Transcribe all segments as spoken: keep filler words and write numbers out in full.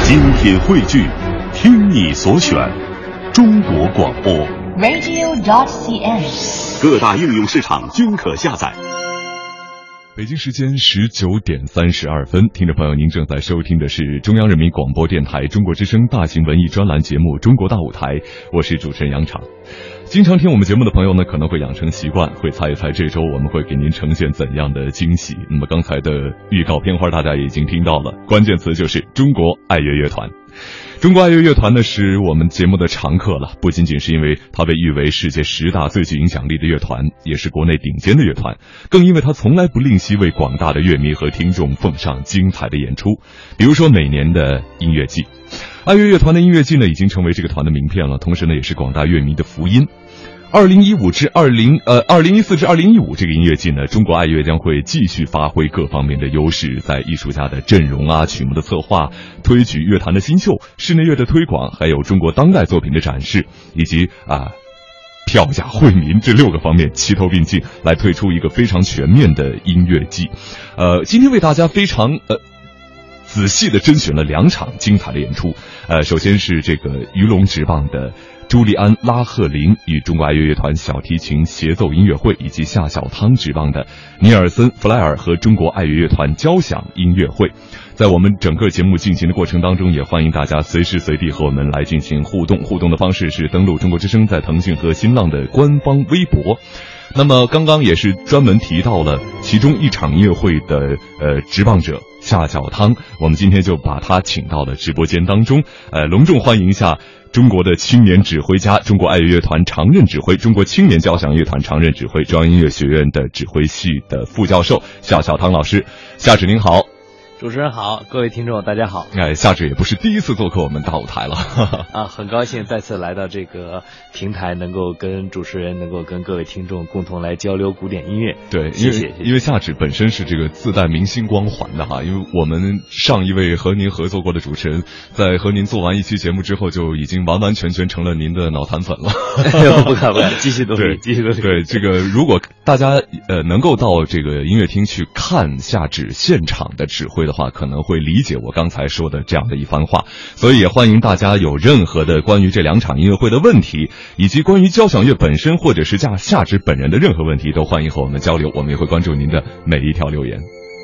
精品汇聚，听你所选，中国广播 radio dot c n， 各大应用市场均可下载。 北京时间十九点三十二分，听众朋友，您正在收听的是中央人民广播电台中国之声大型文艺专栏节目《中国大舞台》，我是主持人杨昶。经常听我们节目的朋友呢，可能会养成习惯，会猜一猜这周我们会给您呈现怎样的惊喜。那么刚才的预告片花大家也已经听到了，关键词就是中国爱乐乐团。中国爱乐乐团呢是我们节目的常客了，不仅仅是因为它被誉为世界十大最具影响力的乐团，也是国内顶尖的乐团，更因为它从来不吝惜为广大的乐迷和听众奉上精彩的演出。比如说每年的音乐季，爱乐乐团的音乐季呢已经成为这个团的名片了，同时呢也是广大乐迷的福音。二零一五至二零呃二零一四至二零一五这个音乐季呢，中国爱乐将会继续发挥各方面的优势，在艺术家的阵容啊、曲目的策划、推举乐坛的新秀、室内乐的推广，还有中国当代作品的展示，以及啊票价惠民这六个方面齐头并进，来推出一个非常全面的音乐季。呃，今天为大家非常呃。仔细的甄选了两场精彩的演出，呃，首先是这个鱼龙直棒的朱利安·拉赫林与中国爱乐乐团小提琴协奏音乐会，以及夏小汤直棒的尼尔森·弗莱尔和中国爱乐乐团交响音乐会。在我们整个节目进行的过程当中，也欢迎大家随时随地和我们来进行互动。互动的方式是登录中国之声在腾讯和新浪的官方微博。那么刚刚也是专门提到了其中一场音乐会的呃执棒者夏小汤，我们今天就把他请到了直播间当中，呃，隆重欢迎一下中国的青年指挥家、中国爱乐乐团常任指挥、中国青年交响乐团常任指挥、中央音乐学院的指挥系的副教授夏小汤老师。夏指您好。 主持人好，各位听众大家好。 哎，夏指也不是第一次做客我们大舞台了啊，很高兴再次来到这个平台，能够跟主持人，能够跟各位听众共同来交流古典音乐。 对， 谢谢。 因为因为夏指本身是这个自带明星光环的哈，因为我们上一位和您合作过的主持人，在和您做完一期节目之后，就已经完完全全成了您的脑残粉了。 不敢不敢，继续努力，继续努力。 对，这个如果大家呃能够到这个音乐厅去看夏指现场的指挥的话，可能会理解我刚才说的这样的一番话，所以也欢迎大家有任何的关于这两场音乐会的问题，以及关于交响乐本身或者是夏夏指本人的任何问题，都欢迎和我们交流，我们也会关注您的每一条留言。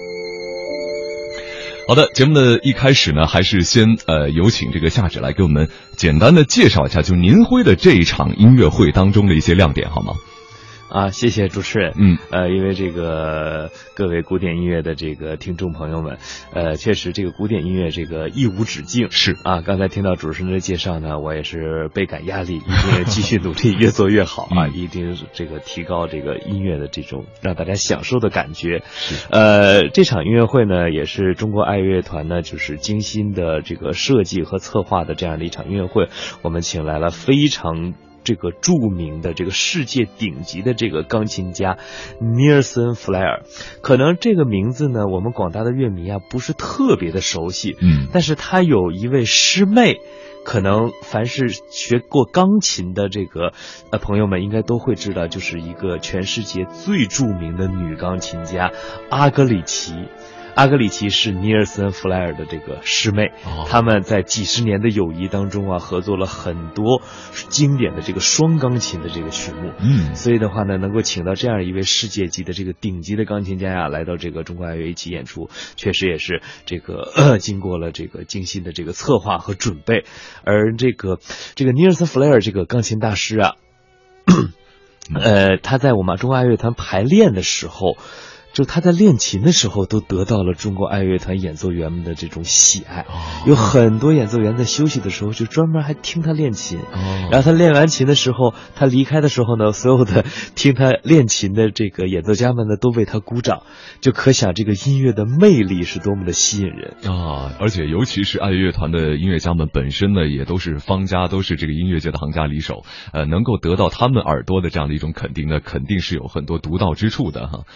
好的，节目的一开始呢，还是先呃有请这个夏指来给我们简单的介绍一下，就您挥的这一场音乐会当中的一些亮点，好吗？ 啊，谢谢主持人。 嗯， 呃，因为这个各位古典音乐的这个听众朋友们，呃，确实这个古典音乐这个一无止境。 是啊，刚才听到主持人的介绍呢，我也是倍感压力，一定继续努力，越做越好啊，嗯、一定这个提高这个音乐的这种让大家享受的感觉。 是， 呃，这场音乐会呢，也是中国爱乐乐团呢，就是精心的这个设计和策划的这样的一场音乐会，我们请来了非常。这个著名的这个世界顶级的这个钢琴家尼尔森·弗莱尔，可能这个名字呢，我们广大的乐迷啊不是特别的熟悉， 嗯， 但是他有一位师妹，可能凡是学过钢琴的这个呃朋友们应该都会知道，就是一个全世界最著名的女钢琴家阿格里奇。阿格里奇是尼尔森·弗莱尔的这个师妹， 哦、 他们在几十年的友谊当中啊，合作了很多经典的这个双钢琴的这个曲目。 嗯， 所以的话呢，能够请到这样一位世界级的这个顶级的钢琴家呀，来到这个中国爱乐一起演出，确实也是这个、呃、经过了这个精心的这个策划和准备。而这个这个尼尔森·弗莱尔这个钢琴大师啊，呃，他在我们中国爱乐团排练的时候。就他在练琴的时候都得到了中国爱乐团演奏员们的这种喜爱，有很多演奏员在休息的时候就专门还听他练琴，然后他练完琴的时候，他离开的时候呢，所有的听他练琴的这个演奏家们呢都为他鼓掌，就可想这个音乐的魅力是多么的吸引人啊！而且尤其是爱乐乐团的音乐家们本身呢，也都是方家，都是这个音乐界的行家里手，呃，能够得到他们耳朵的这样的一种肯定呢，肯定是有很多独到之处的哈。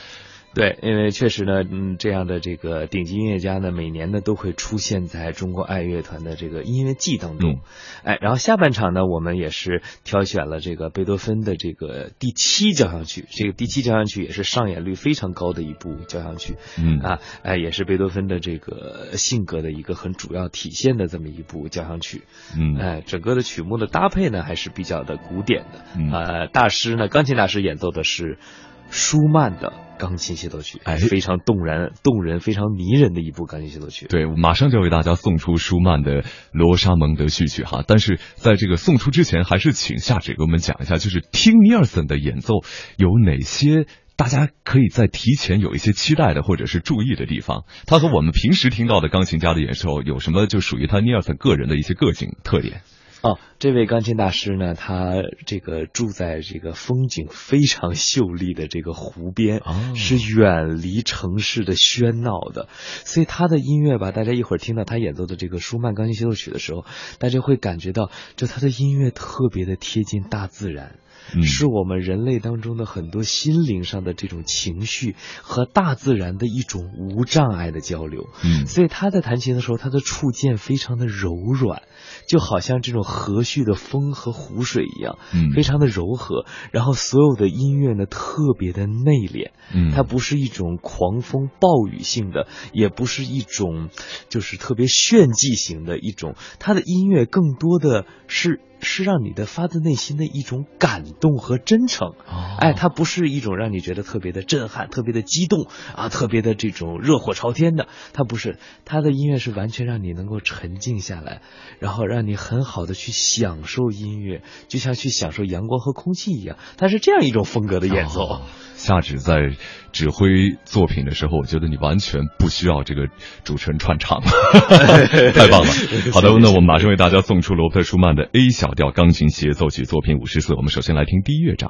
对，因为确实呢，嗯，这样的这个顶级音乐家呢，每年呢都会出现在中国爱乐团的这个音乐季当中。 嗯、 哎，然后下半场呢，我们也是挑选了这个贝多芬的这个第七交响曲，这个第七交响曲也是上演率非常高的一部交响曲。 嗯啊，哎，也是贝多芬的这个性格的一个很主要体现的这么一部交响曲。 嗯， 哎，整个的曲目的搭配呢还是比较的古典的。 嗯， 呃，大师呢，钢琴大师演奏的是舒曼的钢琴协奏曲， 哎， 非常动人、动人、非常迷人的一部钢琴协奏曲。 对，马上就要为大家送出舒曼的罗莎蒙德序曲哈。但是在这个送出之前，还是请夏芷给我们讲一下，就是听尼尔森的演奏有哪些大家可以在提前有一些期待的或者是注意的地方。他和我们平时听到的钢琴家的演奏有什么就属于他尼尔森个人的一些个性特点？ 哦，这位钢琴大师呢，他这个住在这个风景非常秀丽的这个湖边， 哦、 是远离城市的喧闹的，所以他的音乐吧，大家一会儿听到他演奏的这个舒曼钢琴协奏曲的时候，大家会感觉到，就他的音乐特别的贴近大自然。 嗯、 是我们人类当中的很多心灵上的这种情绪和大自然的一种无障碍的交流。 嗯， 所以他在弹琴的时候，他的触键非常的柔软，就好像这种和煦的风和湖水一样， 嗯， 非常的柔和。然后所有的音乐呢，特别的内敛。 嗯， 它不是一种狂风暴雨性的，也不是一种就是特别炫技型的一种，它的音乐更多的是。是让你的发自内心的一种感动和真诚。 哦、 哎，它不是一种让你觉得特别的震撼、特别的激动啊、特别的这种热火朝天的。它不是，它的音乐是完全让你能够沉静下来，然后让你很好的去享受音乐，就像去享受阳光和空气一样。它是这样一种风格的演奏。 哦、夏芷在指挥作品的时候，我觉得你完全不需要这个主持人串场，太棒了。好的，那我们马上为大家送出罗伯特舒曼的 A 小调钢琴协奏曲作品五十四。我们首先来听第一乐章。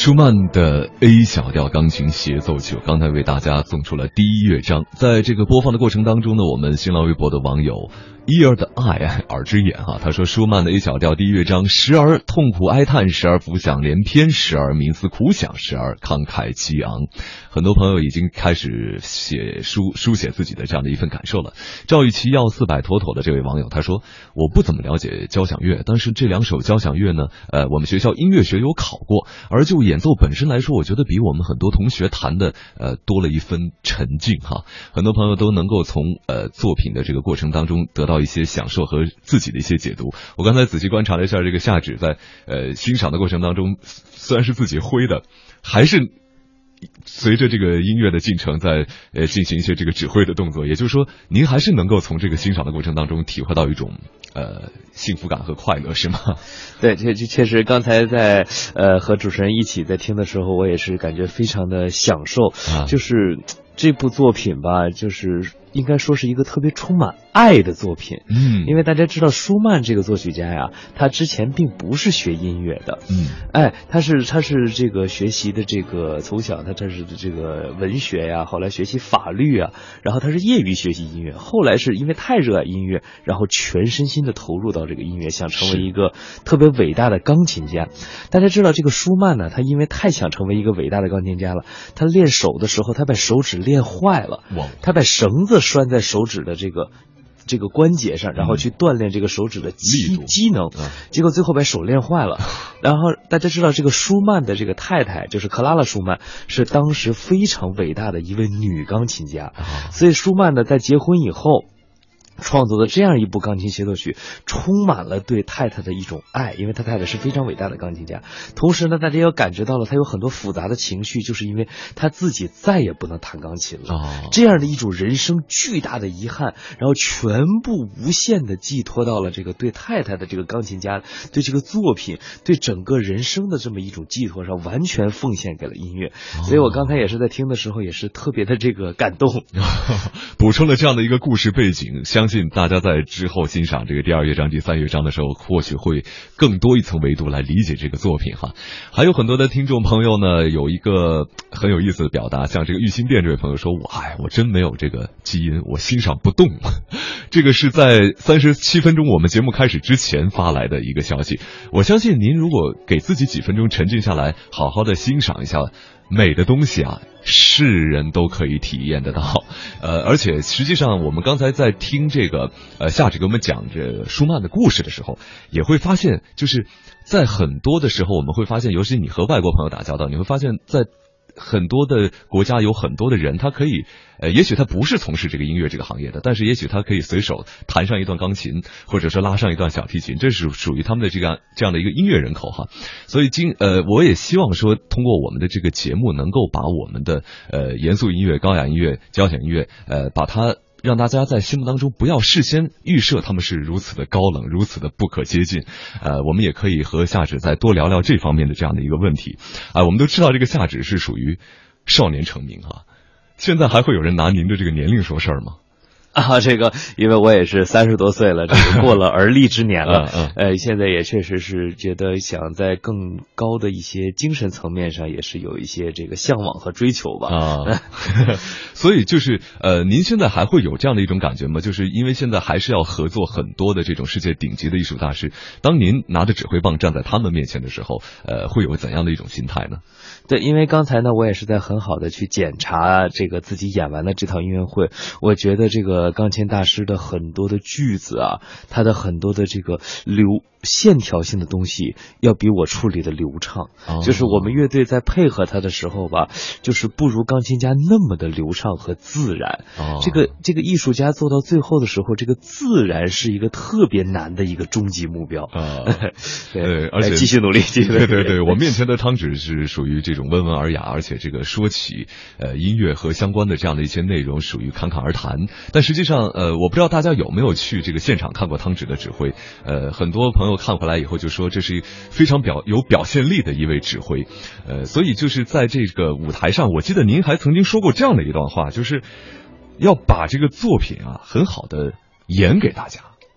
舒曼的 A 小调钢琴协奏曲，刚才为大家送出了第一乐章。在这个播放的过程当中呢，我们新浪微博的网友ear 的爱耳之眼哈，他说舒曼的 A 小调第一乐章，时而痛苦哀叹，时而浮想联翩，时而冥思苦想，时而慷慨激昂。很多朋友已经开始写书书写自己的这样的一份感受了。赵玉琪要四百妥妥的这位网友他说，我不怎么了解交响乐，但是这两首交响乐呢，呃，我们学校音乐学有考过，而就演奏本身来说，我觉得比我们很多同学弹的呃多了一分沉静哈。很多朋友都能够从呃作品的这个过程当中得到一些享受和自己的一些解读。我刚才仔细观察了一下这个夏芷在呃欣赏的过程当中，虽然是自己挥的，还是随着这个音乐的进程在呃进行一些这个指挥的动作，也就是说您还是能够从这个欣赏的过程当中体会到一种呃幸福感和快乐，是吗？ 对，这这确实刚才在呃和主持人一起在听的时候，我也是感觉非常的享受，啊、就是这部作品吧，就是应该说是一个特别充满爱的作品。 嗯， 因为大家知道舒曼这个作曲家呀，他之前并不是学音乐的。 嗯， 哎，他是他是这个学习的这个从小他他是这个文学呀，后来学习法律啊，然后他是业余学习音乐，后来是因为太热爱音乐，然后全身心的投入到这个音乐，想成为一个特别伟大的钢琴家。大家知道这个舒曼呢，他因为太想成为一个伟大的钢琴家了，他练手的时候他把手指练坏了，他把绳子拴在手指的这个这个关节上，然后去锻炼这个手指的机机能，结果最后把手练坏了。然后大家知道这个舒曼的这个太太就是克拉拉舒曼，是当时非常伟大的一位女钢琴家，所以舒曼呢在结婚以后创作的这样一部钢琴协奏曲，充满了对太太的一种爱，因为他太太是非常伟大的钢琴家。同时呢，大家也感觉到了他有很多复杂的情绪，就是因为他自己再也不能弹钢琴了， 哦、 这样的一种人生巨大的遗憾，然后全部无限的寄托到了这个对太太的这个钢琴家，对这个作品，对整个人生的这么一种寄托上，完全奉献给了音乐。哦、所以我刚才也是在听的时候，也是特别的这个感动， 补充了这样的一个故事背景。相信大家在之后欣赏这个第二乐章、第三乐章的时候，或许会更多一层维度来理解这个作品哈。还有很多的听众朋友呢，有一个很有意思的表达，像这个玉心殿这位朋友说，我哎，我真没有这个基因，我欣赏不动。这个是在三十七分钟我们节目开始之前发来的一个消息。我相信您如果给自己几分钟沉静下来，好好的欣赏一下美的东西啊，是人都可以体验得到。呃，而且实际上我们刚才在听这个呃夏芷给我们讲这舒曼的故事的时候，也会发现，就是在很多的时候我们会发现，尤其你和外国朋友打交道，你会发现在很多的国家有很多的人，他可以呃，也许他不是从事这个音乐这个行业的，但是也许他可以随手弹上一段钢琴，或者说拉上一段小提琴，这是属于他们的这个这样的一个音乐人口哈。所以今呃，我也希望说，通过我们的这个节目，能够把我们的呃严肃音乐、高雅音乐、交响音乐，呃，把它让大家在心目当中不要事先预设他们是如此的高冷，如此的不可接近。呃，我们也可以和夏芷再多聊聊这方面的这样的一个问题。啊、呃，我们都知道这个夏芷是属于少年成名哈，现在还会有人拿您的这个年龄说事儿吗？ 啊，这个因为我也是三十多岁了，这个过了而立之年了， 嗯嗯、 呃，现在也确实是觉得想在更高的一些精神层面上，也是有一些这个向往和追求吧。 啊，所以就是呃，您现在还会有这样的一种感觉吗？就是因为现在还是要合作很多的这种世界顶级的艺术大师，当您拿着指挥棒站在他们面前的时候，呃，会有怎样的一种心态呢？ 对，因为刚才呢，我也是在很好的去检查这个自己演完的这套音乐会，我觉得这个钢琴大师的很多的句子啊，他的很多的这个流线条性的东西，要比我处理的流畅。 哦、 就是我们乐队在配合他的时候吧，就是不如钢琴家那么的流畅和自然。 哦、 这个这个艺术家做到最后的时候，这个自然是一个特别难的一个终极目标。 啊， 对， 对，而且继续努力，继续努力。 对对对，我面前的汤芷是属于这种温文尔雅，而且这个说起呃音乐和相关的这样的一些内容，属于侃侃而谈。但实际上，呃，我不知道大家有没有去这个现场看过汤芷的指挥。呃，很多朋友看回来以后就说，这是非常表有表现力的一位指挥。呃，所以就是在这个舞台上，我记得您还曾经说过这样的一段话，就是要把这个作品啊很好的演给大家。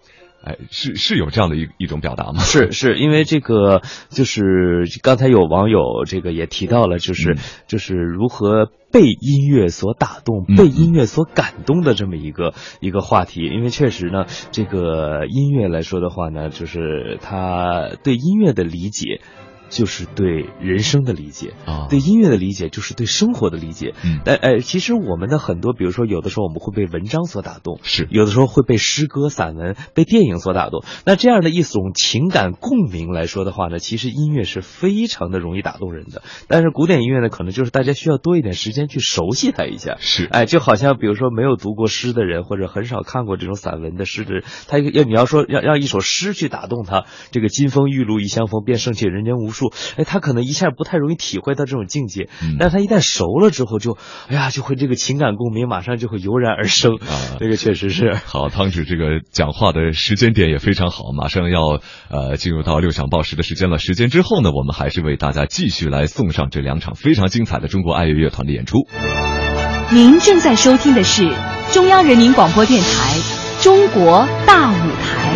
哎，是是有这样的一一种表达吗？ 是是，因为这个就是刚才有网友这个也提到了，就是、嗯、就是如何被音乐所打动、被音乐所感动的这么一个、嗯、一个话题。因为确实呢，这个音乐来说的话呢，就是他对音乐的理解。就是对人生的理解啊，对音乐的理解就是对生活的理解。嗯，但呃，其实我们的很多，比如说有的时候我们会被文章所打动， 是有的时候会被诗歌、散文、被电影所打动。那这样的一种情感共鸣来说的话呢，其实音乐是非常的容易打动人的。但是古典音乐呢，可能就是大家需要多一点时间去熟悉它一下。 是， 哎，就好像比如说没有读过诗的人，或者很少看过这种散文的诗的人，他要你要说让让一首诗去打动他，这个金风玉露一相逢，便胜却人间无数。哎，他可能一下不太容易体会到这种境界，嗯、但是他一旦熟了之后就，就哎呀，就会这个情感共鸣马上就会油然而生啊。这个确实是好。汤指这个讲话的时间点也非常好，马上要呃进入到六小报时的时间了。时间之后呢，我们还是为大家继续来送上这两场非常精彩的中国爱乐乐团的演出。 您正在收听的是中央人民广播电台中国大舞台。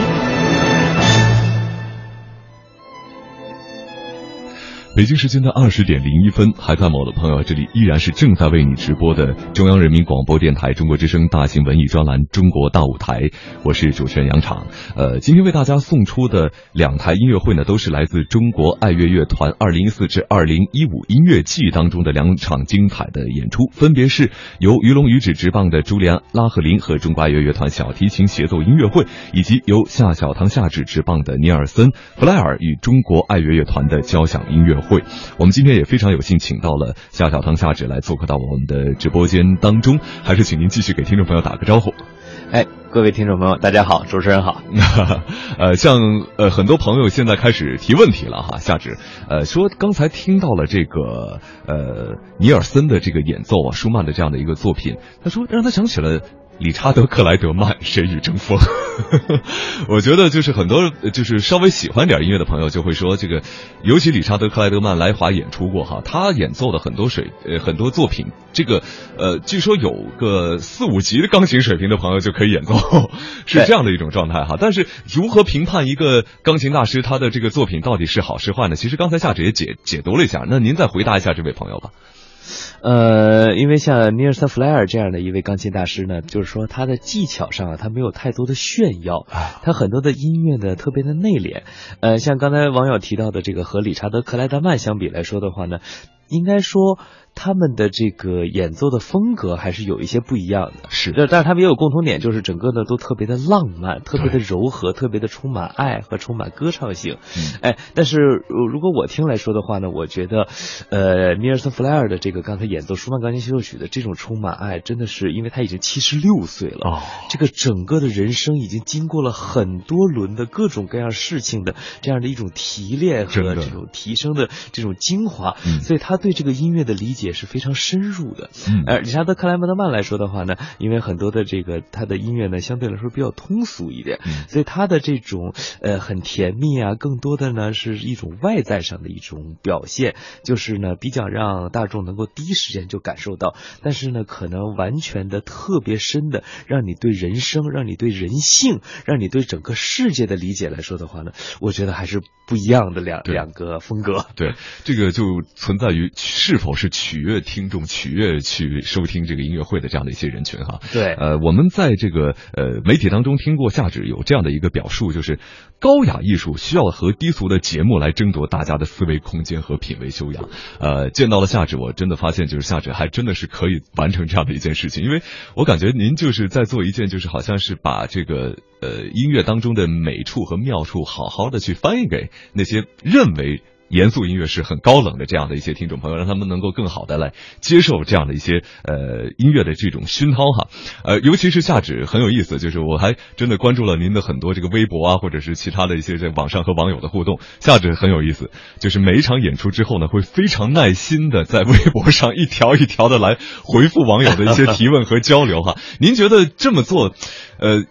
北京时间的二十点零一分，还在某的朋友，这里依然是正在为你直播的中央人民广播电台中国之声大型文艺专栏《中国大舞台》，我是主持人杨昶。呃，今天为大家送出的两台音乐会呢，都是来自中国爱乐乐团二零一四至二零一五音乐季当中的两场精彩的演出，分别是由鱼龙鱼指执棒的朱利安·拉赫林和中国爱乐乐团小提琴协奏音乐会，以及由夏小堂夏指执棒的尼尔森·弗莱尔与中国爱乐乐团的交响音乐会。我们今天也非常有幸请到了夏小堂夏指来做客到我们的直播间当中，还是请您继续给听众朋友打个招呼。 哎，各位听众朋友大家好，主持人好。 呃像呃很多朋友现在开始提问题了哈，夏指呃说刚才听到了这个呃尼尔森的这个演奏啊，舒曼的这样的一个作品，他说让他想起了理查德·克莱德曼《谁与争锋》。我觉得就是很多就是稍微喜欢点音乐的朋友就会说，这个尤其理查德·克莱德曼来华演出过哈，他演奏的很多水呃很多作品，这个呃据说有个四五级的钢琴水平的朋友就可以演奏，是这样的一种状态哈。但是如何评判一个钢琴大师他的这个作品到底是好是坏呢？其实刚才夏指也解解读了一下，那您再回答一下这位朋友吧。 呃，因为像尼尔森·弗莱尔这样的一位钢琴大师呢，就是说他的技巧上啊，他没有太多的炫耀，他很多的音乐呢特别的内敛。呃，像刚才网友提到的这个和理查德·克莱德曼相比来说的话呢，应该说他们的这个演奏的风格还是有一些不一样的， 是， 但是他们也有共同点，就是整个呢都特别的浪漫，特别的柔和，特别的充满爱和充满歌唱性。嗯、哎，但是如果我听来说的话呢，我觉得，呃，尼尔森·弗莱尔的这个刚才演奏舒曼钢琴协奏曲的这种充满爱，真的是因为他已经七十六岁了，哦，这个整个的人生已经经过了很多轮的各种各样事情的这样的一种提炼和这种提升的这种精华，嗯、所以他对这个音乐的理解也是非常深入的。嗯，而理查德·克莱德曼来说的话呢，因为很多的这个他的音乐呢相对来说比较通俗一点，嗯、所以他的这种呃很甜蜜啊，更多的呢是一种外在上的一种表现，就是呢比较让大众能够第一时间就感受到，但是呢可能完全的特别深的让你对人生，让你对人性，让你对整个世界的理解来说的话呢，我觉得还是不一样的两两个风格。 对，这个就存在于是否是取悦听众、取悦去收听这个音乐会的这样的一些人群哈。 对， 呃，我们在这个呃媒体当中听过夏指有这样的一个表述，就是高雅艺术需要和低俗的节目来争夺大家的思维空间和品味修养。呃，见到了夏指，我真的发现就是夏指还真的是可以完成这样的一件事情，因为我感觉您就是在做一件就是好像是把这个呃音乐当中的美处和妙处好好的去翻译给那些认为严肃音乐是很高冷的这样的一些听众朋友，让他们能够更好的来接受这样的一些呃音乐的这种熏陶哈。呃，尤其是夏指很有意思，就是我还真的关注了您的很多这个微博啊，或者是其他的一些在网上和网友的互动。夏指很有意思，就是每一场演出之后呢，会非常耐心的在微博上一条一条的来回复网友的一些提问和交流哈。您觉得这么做，呃？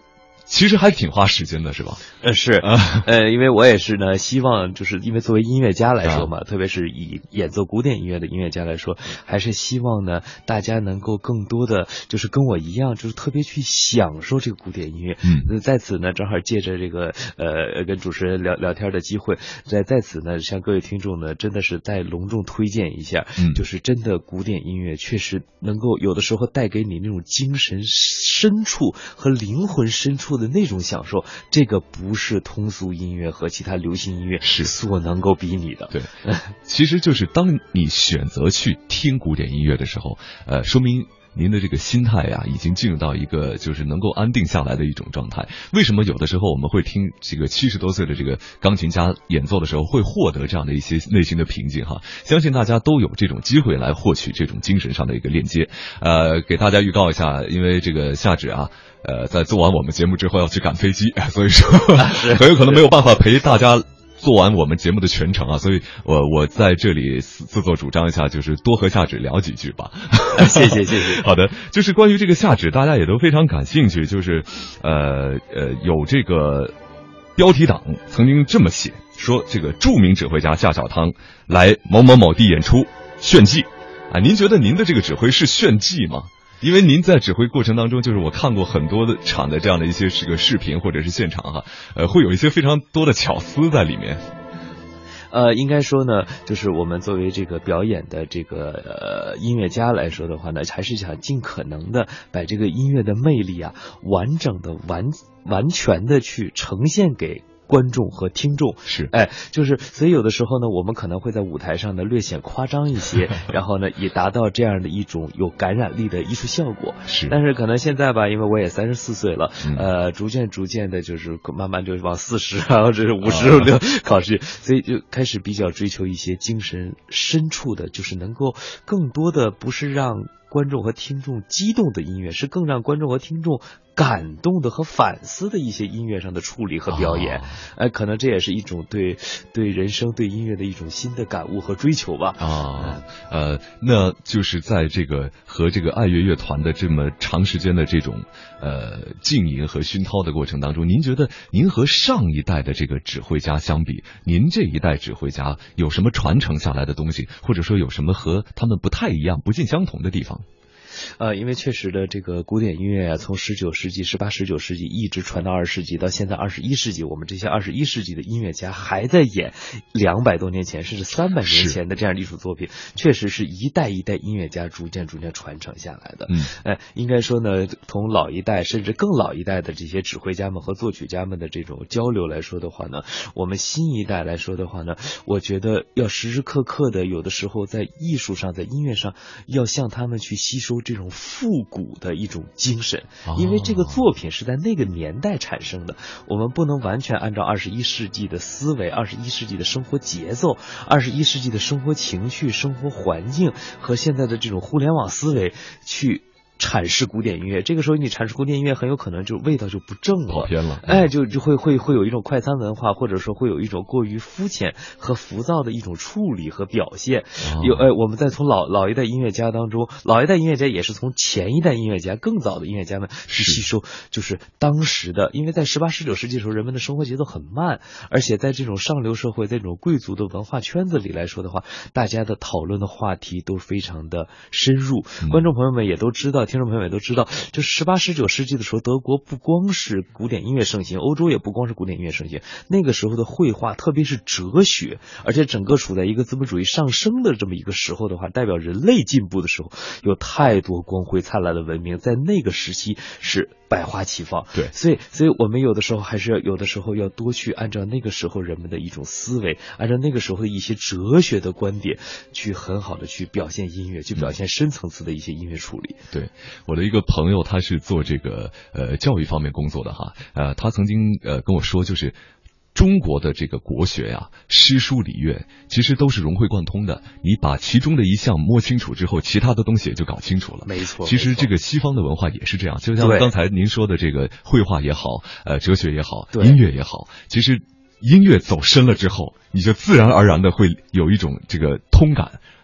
其实还挺花时间的，是吧？ 呃，是，呃，因为我也是呢，希望就是因为作为音乐家来说嘛，啊、特别是以演奏古典音乐的音乐家来说，还是希望呢，大家能够更多的就是跟我一样，就是特别去享受这个古典音乐。 嗯， 在此呢，正好借着这个呃跟主持人聊聊天的机会，在在此呢，向各位听众呢，真的是再隆重推荐一下， 嗯， 就是真的古典音乐确实能够有的时候带给你那种精神深处和灵魂深处的那种享受，这个不是通俗音乐和其他流行音乐是所能够比拟的。 对，其实就是当你选择去听古典音乐的时候，呃，说明您的这个心态呀、啊，已经进入到一个就是能够安定下来的一种状态。为什么有的时候我们会听这个七十多岁的这个钢琴家演奏的时候，会获得这样的一些内心的平静哈？相信大家都有这种机会来获取这种精神上的一个链接。呃，给大家预告一下，因为这个夏芷啊。呃，在做完我们节目之后要去赶飞机，所以说很有可能没有办法陪大家做完我们节目的全程啊，所以我我在这里自作主张一下，就是多和夏芷聊几句吧。 谢谢谢谢。 好的，就是关于这个夏芷，大家也都非常感兴趣，就是呃呃有这个标题党曾经这么写，说这个著名指挥家夏小汤来某某某地演出炫技啊，您觉得您的这个指挥是炫技吗？因为您在指挥过程当中，就是我看过很多的场的这样的一些这个视频或者是现场哈，呃，会有一些非常多的巧思在里面。 呃，应该说呢，就是我们作为这个表演的这个呃音乐家来说的话呢，还是想尽可能的把这个音乐的魅力啊，完整的、完完全的去呈现给观众和听众。 是， 哎，就是所以有的时候呢，我们可能会在舞台上呢略显夸张一些，然后呢也达到这样的一种有感染力的艺术效果。 是， 但是可能现在吧，因为我也三十四岁了， 嗯、 呃，逐渐逐渐的，就是慢慢就往四十啊，或者是五十六考试，所以就开始比较追求一些精神深处的，就是能够更多的不是让观众和听众激动的音乐，是更让观众和听众感动的和反思的一些音乐上的处理和表演。哎、哦，可能这也是一种对对人生对音乐的一种新的感悟和追求吧。 啊、哦，呃，那就是在这个和这个爱乐乐团的这么长时间的这种呃经营和熏陶的过程当中，您觉得您和上一代的这个指挥家相比，您这一代指挥家有什么传承下来的东西，或者说有什么和他们不太一样、不尽相同的地方？ 呃，因为确实的这个古典音乐啊，从十九世纪、十八、十九世纪一直传到二十世纪，到现在二十一世纪，我们这些二十一世纪的音乐家还在演两百多年前甚至三百年前的这样的艺术作品，确实是一代一代音乐家逐渐逐渐传承下来的。 嗯， 哎、呃，应该说呢，从老一代甚至更老一代的这些指挥家们和作曲家们的这种交流来说的话呢，我们新一代来说的话呢，我觉得要时时刻刻的，有的时候在艺术上、在音乐上，要向他们去吸收这种复古的一种精神，因为这个作品是在那个年代产生的，我们不能完全按照二十一世纪的思维、二十一世纪的生活节奏、二十一世纪的生活情绪、生活环境和现在的这种互联网思维去阐释古典音乐。这个时候你阐释古典音乐很有可能就味道就不正了， 跑偏了， 哎，就就会会会有一种快餐文化，或者说会有一种过于肤浅和浮躁的一种处理和表现。 哦、 有哎，我们在从老老一代音乐家当中，老一代音乐家也是从前一代音乐家更早的音乐家们去吸收，就是当时的，因为在十八、十九世纪的时候，人们的生活节奏很慢，而且在这种上流社会、在这种贵族的文化圈子里来说的话，大家的讨论的话题都非常的深入。 嗯、 观众朋友们也都知道。听众朋友也都知道，就十八、十九世纪的时候，德国不光是古典音乐盛行，欧洲也不光是古典音乐盛行。那个时候的绘画，特别是哲学，而且整个处在一个资本主义上升的这么一个时候的话，代表人类进步的时候，有太多光辉灿烂的文明在那个时期是百花齐放。 对， 所以，所以我们有的时候还是要有的时候要多去按照那个时候人们的一种思维，按照那个时候的一些哲学的观点，去很好的去表现音乐，去表现深层次的一些音乐处理。 对。我的一个朋友，他是做这个呃教育方面工作的哈，呃，他曾经呃跟我说，就是中国的这个国学呀、啊，诗书礼乐其实都是融会贯通的。你把其中的一项摸清楚之后，其他的东西也就搞清楚了。 没错， 其实这个西方的文化也是这样，就像刚才您说的这个绘画也好，呃，哲学也好，音乐也好，其实音乐走深了之后，你就自然而然的会有一种这个通感。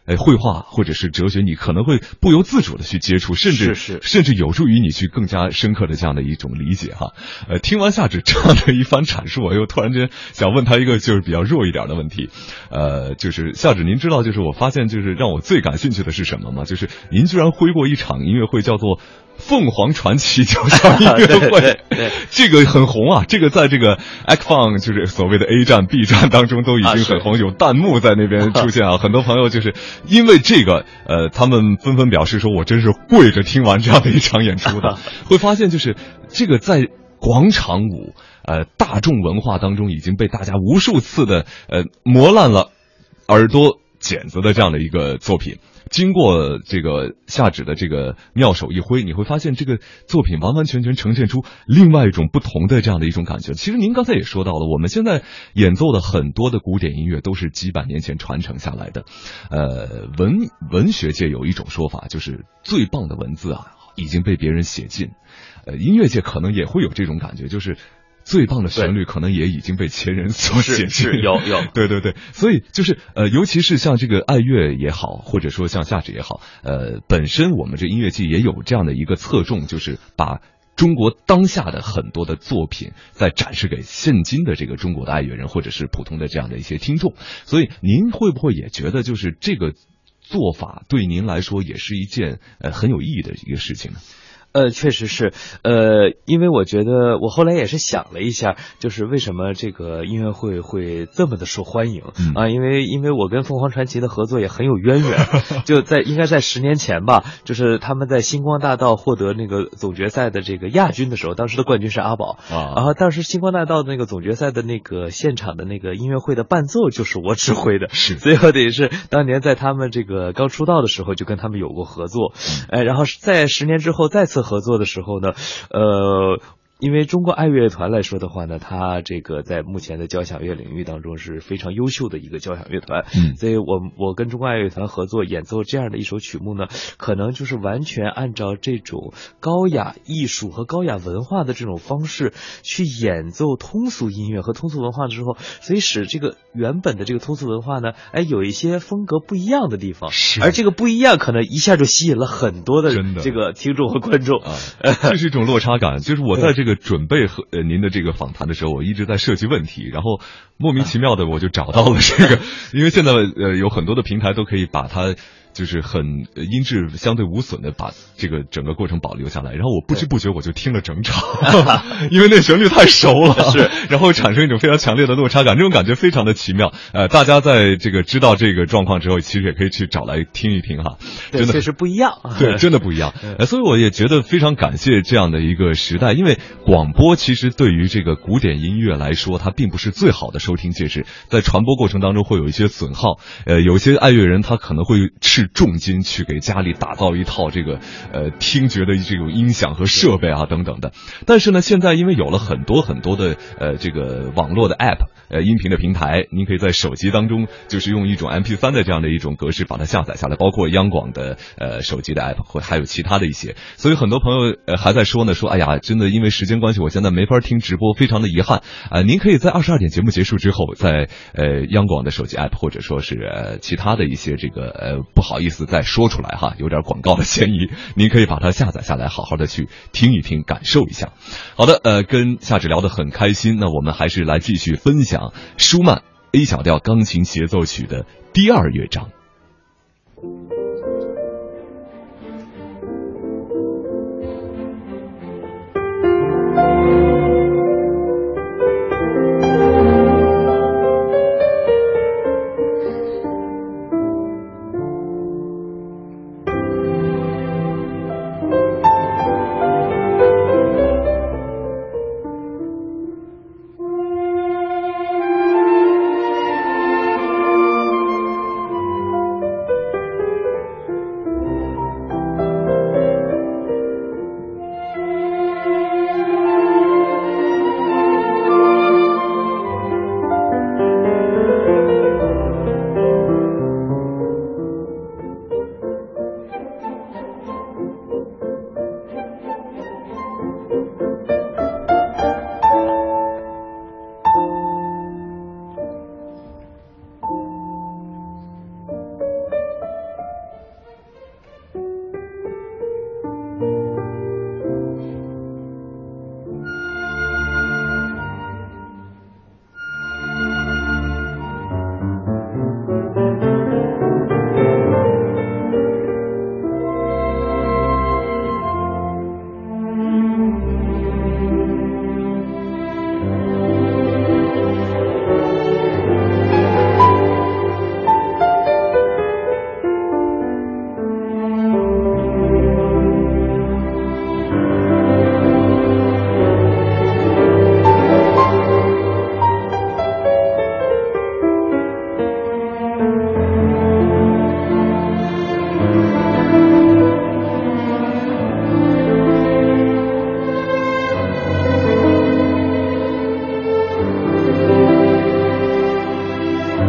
呃绘画或者是哲学，你可能会不由自主的去接触，甚至是是甚至有助于你去更加深刻的这样的一种理解哈。呃，听完夏芷这样的一番阐述，我又突然间想问他一个就是比较弱一点的问题，呃，就是夏芷，您知道就是我发现就是让我最感兴趣的是什么吗？就是您居然挥过一场音乐会，叫做凤凰传奇交响音乐会， 对对对， 这个很红啊，这个在这个 X F U N 就是所谓的 A 站、B 站当中都已经很红， 啊、 有弹幕在那边出现啊，很多朋友就是因为这个，呃，他们纷纷表示说，我真是跪着听完这样的一场演出的，会发现就是这个在广场舞，呃，大众文化当中已经被大家无数次的呃磨烂了耳朵茧子的这样的一个作品。经过这个夏芷的这个妙手一挥，你会发现这个作品完完全全呈现出另外一种不同的这样的一种感觉。其实您刚才也说到了，我们现在演奏的很多的古典音乐都是几百年前传承下来的。呃，文文学界有一种说法，就是最棒的文字啊已经被别人写尽。呃，音乐界可能也会有这种感觉，就是最棒的旋律可能也已经被前人所写尽， 是有有， 对对对，所以就是呃，尤其是像这个爱乐也好，或者说像夏芷也好，呃，本身我们这音乐界也有这样的一个侧重，就是把中国当下的很多的作品在展示给现今的这个中国的爱乐人或者是普通的这样的一些听众，所以您会不会也觉得就是这个做法对您来说也是一件呃很有意义的一个事情呢？ 呃，确实是，呃，因为我觉得我后来也是想了一下，就是为什么这个音乐会会这么的受欢迎、 嗯、 啊？因为因为我跟凤凰传奇的合作也很有渊源，就在应该在十年前吧，就是他们在星光大道获得那个总决赛的这个亚军的时候，当时的冠军是阿宝啊，然后当时星光大道的那个总决赛的那个现场的那个音乐会的伴奏就是我指挥的， 是， 所以我得是当年在他们这个刚出道的时候就跟他们有过合作，哎，然后在十年之后再次合作的时候呢，呃，因为中国爱乐团来说的话呢，它这个在目前的交响乐领域当中是非常优秀的一个交响乐团， 嗯， 所以我我跟中国爱乐团合作演奏这样的一首曲目呢，可能就是完全按照这种高雅艺术和高雅文化的这种方式去演奏通俗音乐和通俗文化的时候，所以使这个原本的这个通俗文化呢，哎，有一些风格不一样的地方，而这个不一样可能一下就吸引了很多的这个听众和观众啊，这是一种落差感。就是我在这个准备和呃您的这个访谈的时候，我一直在设计问题，然后莫名其妙的我就找到了这个，因为现在呃有很多的平台都可以把它就是很音质相对无损的把这个整个过程保留下来，然后我不知不觉我就听了整场，因为那旋律太熟了， 是， 然后产生一种非常强烈的落差感，这种感觉非常的奇妙。呃，大家在这个知道这个状况之后，其实也可以去找来听一听哈，真的确实不一样， 对，真的不一样。呃，所以我也觉得非常感谢这样的一个时代，因为广播其实对于这个古典音乐来说，它并不是最好的收听介质，在传播过程当中会有一些损耗。呃，有些爱乐人他可能会斥重金去给家里打造一套这个呃听觉的这种音响和设备啊等等的。但是呢，现在因为有了很多很多的呃这个网络的 app 呃音频的平台，您可以在手机当中就是用一种 M P 三 的这样的一种格式把它下载下来，包括央广的呃手机的 app 或还有其他的一些。所以很多朋友呃还在说呢，说哎呀，真的因为时间关系，我现在没法听直播，非常的遗憾啊、呃。您可以在二十二点节目结束之后，在呃央广的手机 app 或者说是呃其他的一些这个呃不好意思再说出来哈，有点广告的嫌疑，您可以把它下载下来，好好的去听一听，感受一下。好的，呃，跟夏芷聊得很开心，那我们还是来继续分享舒曼 A 小调钢琴协奏曲的第二乐章。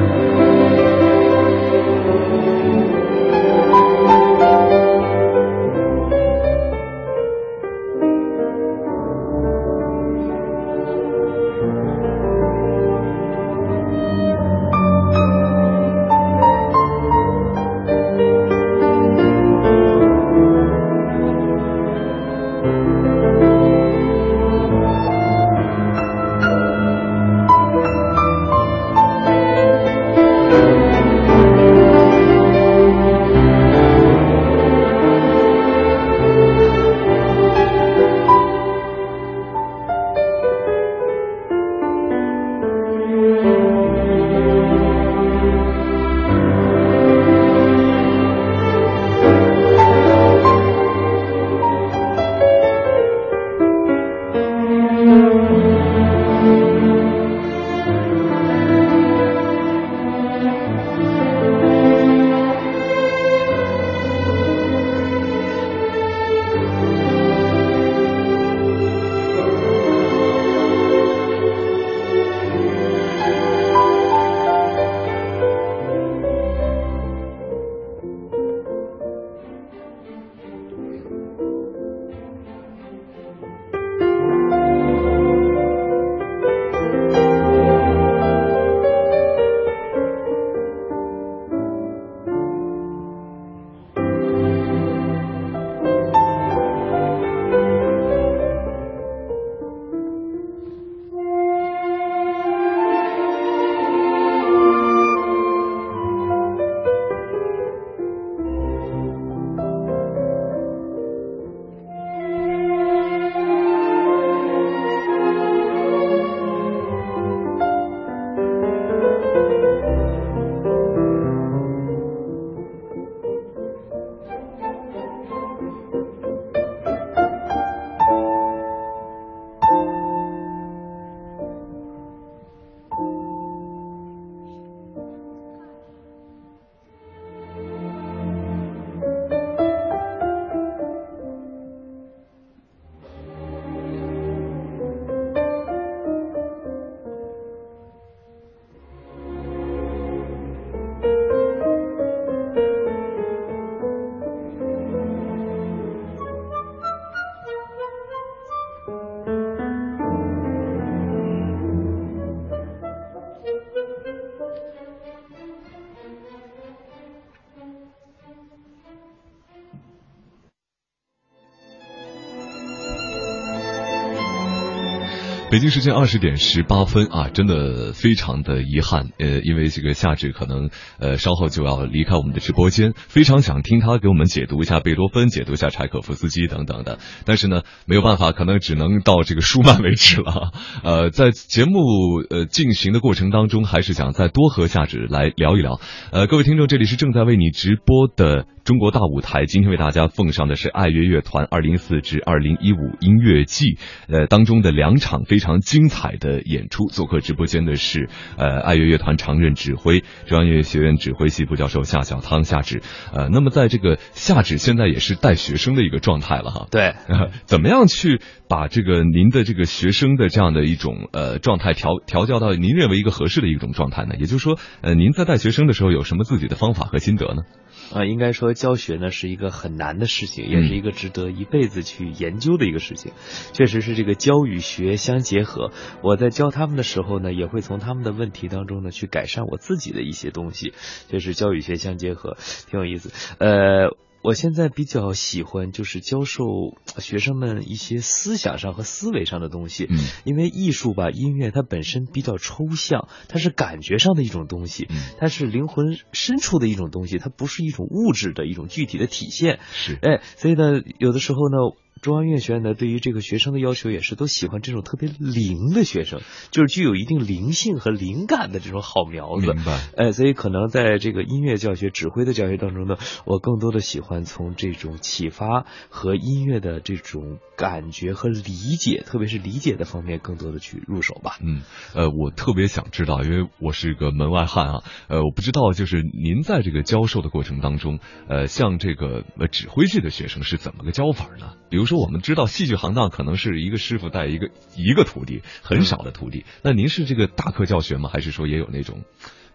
北京时间二十点十八分啊，真的非常的遗憾，呃，因为这个夏至可能呃稍后就要离开我们的直播间，非常想听他给我们解读一下贝多芬，解读一下柴可夫斯基等等的，但是呢没有办法，可能只能到这个舒曼为止了。呃，在节目呃进行的过程当中，还是想再多和夏至来聊一聊。呃，各位听众，这里是正在为你直播的中国大舞台，今天为大家奉上的是爱乐乐团二零四至二零一五音乐季呃当中的两场非常精彩的演出。做客直播间的是呃爱乐乐团常任指挥，中央音乐学院指挥系副教授夏小汤夏至。呃，那么在这个夏至现在也是带学生的一个状态了哈。 对， 呃，怎么样去把这个您的这个学生的这样的一种呃状态调调教到您认为一个合适的一种状态呢？也就是说，呃，您在带学生的时候有什么自己的方法和心得呢？ 啊，应该说教学呢是一个很难的事情，也是一个值得一辈子去研究的一个事情。确实是这个教与学相结合。我在教他们的时候呢，也会从他们的问题当中呢去改善我自己的一些东西，就是教与学相结合，挺有意思。呃。我现在比较喜欢就是教授学生们一些思想上和思维上的东西， 嗯， 因为艺术吧，音乐它本身比较抽象，它是感觉上的一种东西， 嗯， 它是灵魂深处的一种东西，它不是一种物质的一种具体的体现， 是， 哎，所以呢，有的时候呢。中央音乐学院呢，对于这个学生的要求也是都喜欢这种特别灵的学生，就是具有一定灵性和灵感的这种好苗子。 明白。 哎，所以可能在这个音乐教学、指挥的教学当中呢，我更多的喜欢从这种启发和音乐的这种感觉和理解，特别是理解的方面，更多的去入手吧。 嗯，呃，我特别想知道，因为我是个门外汉啊，呃，我不知道就是您在这个教授的过程当中，呃，像这个呃指挥系的学生是怎么个教法呢？比如说我们知道戏剧行当可能是一个师傅带一个一个徒弟，很少的徒弟。那您是这个大课教学吗？还是说也有那种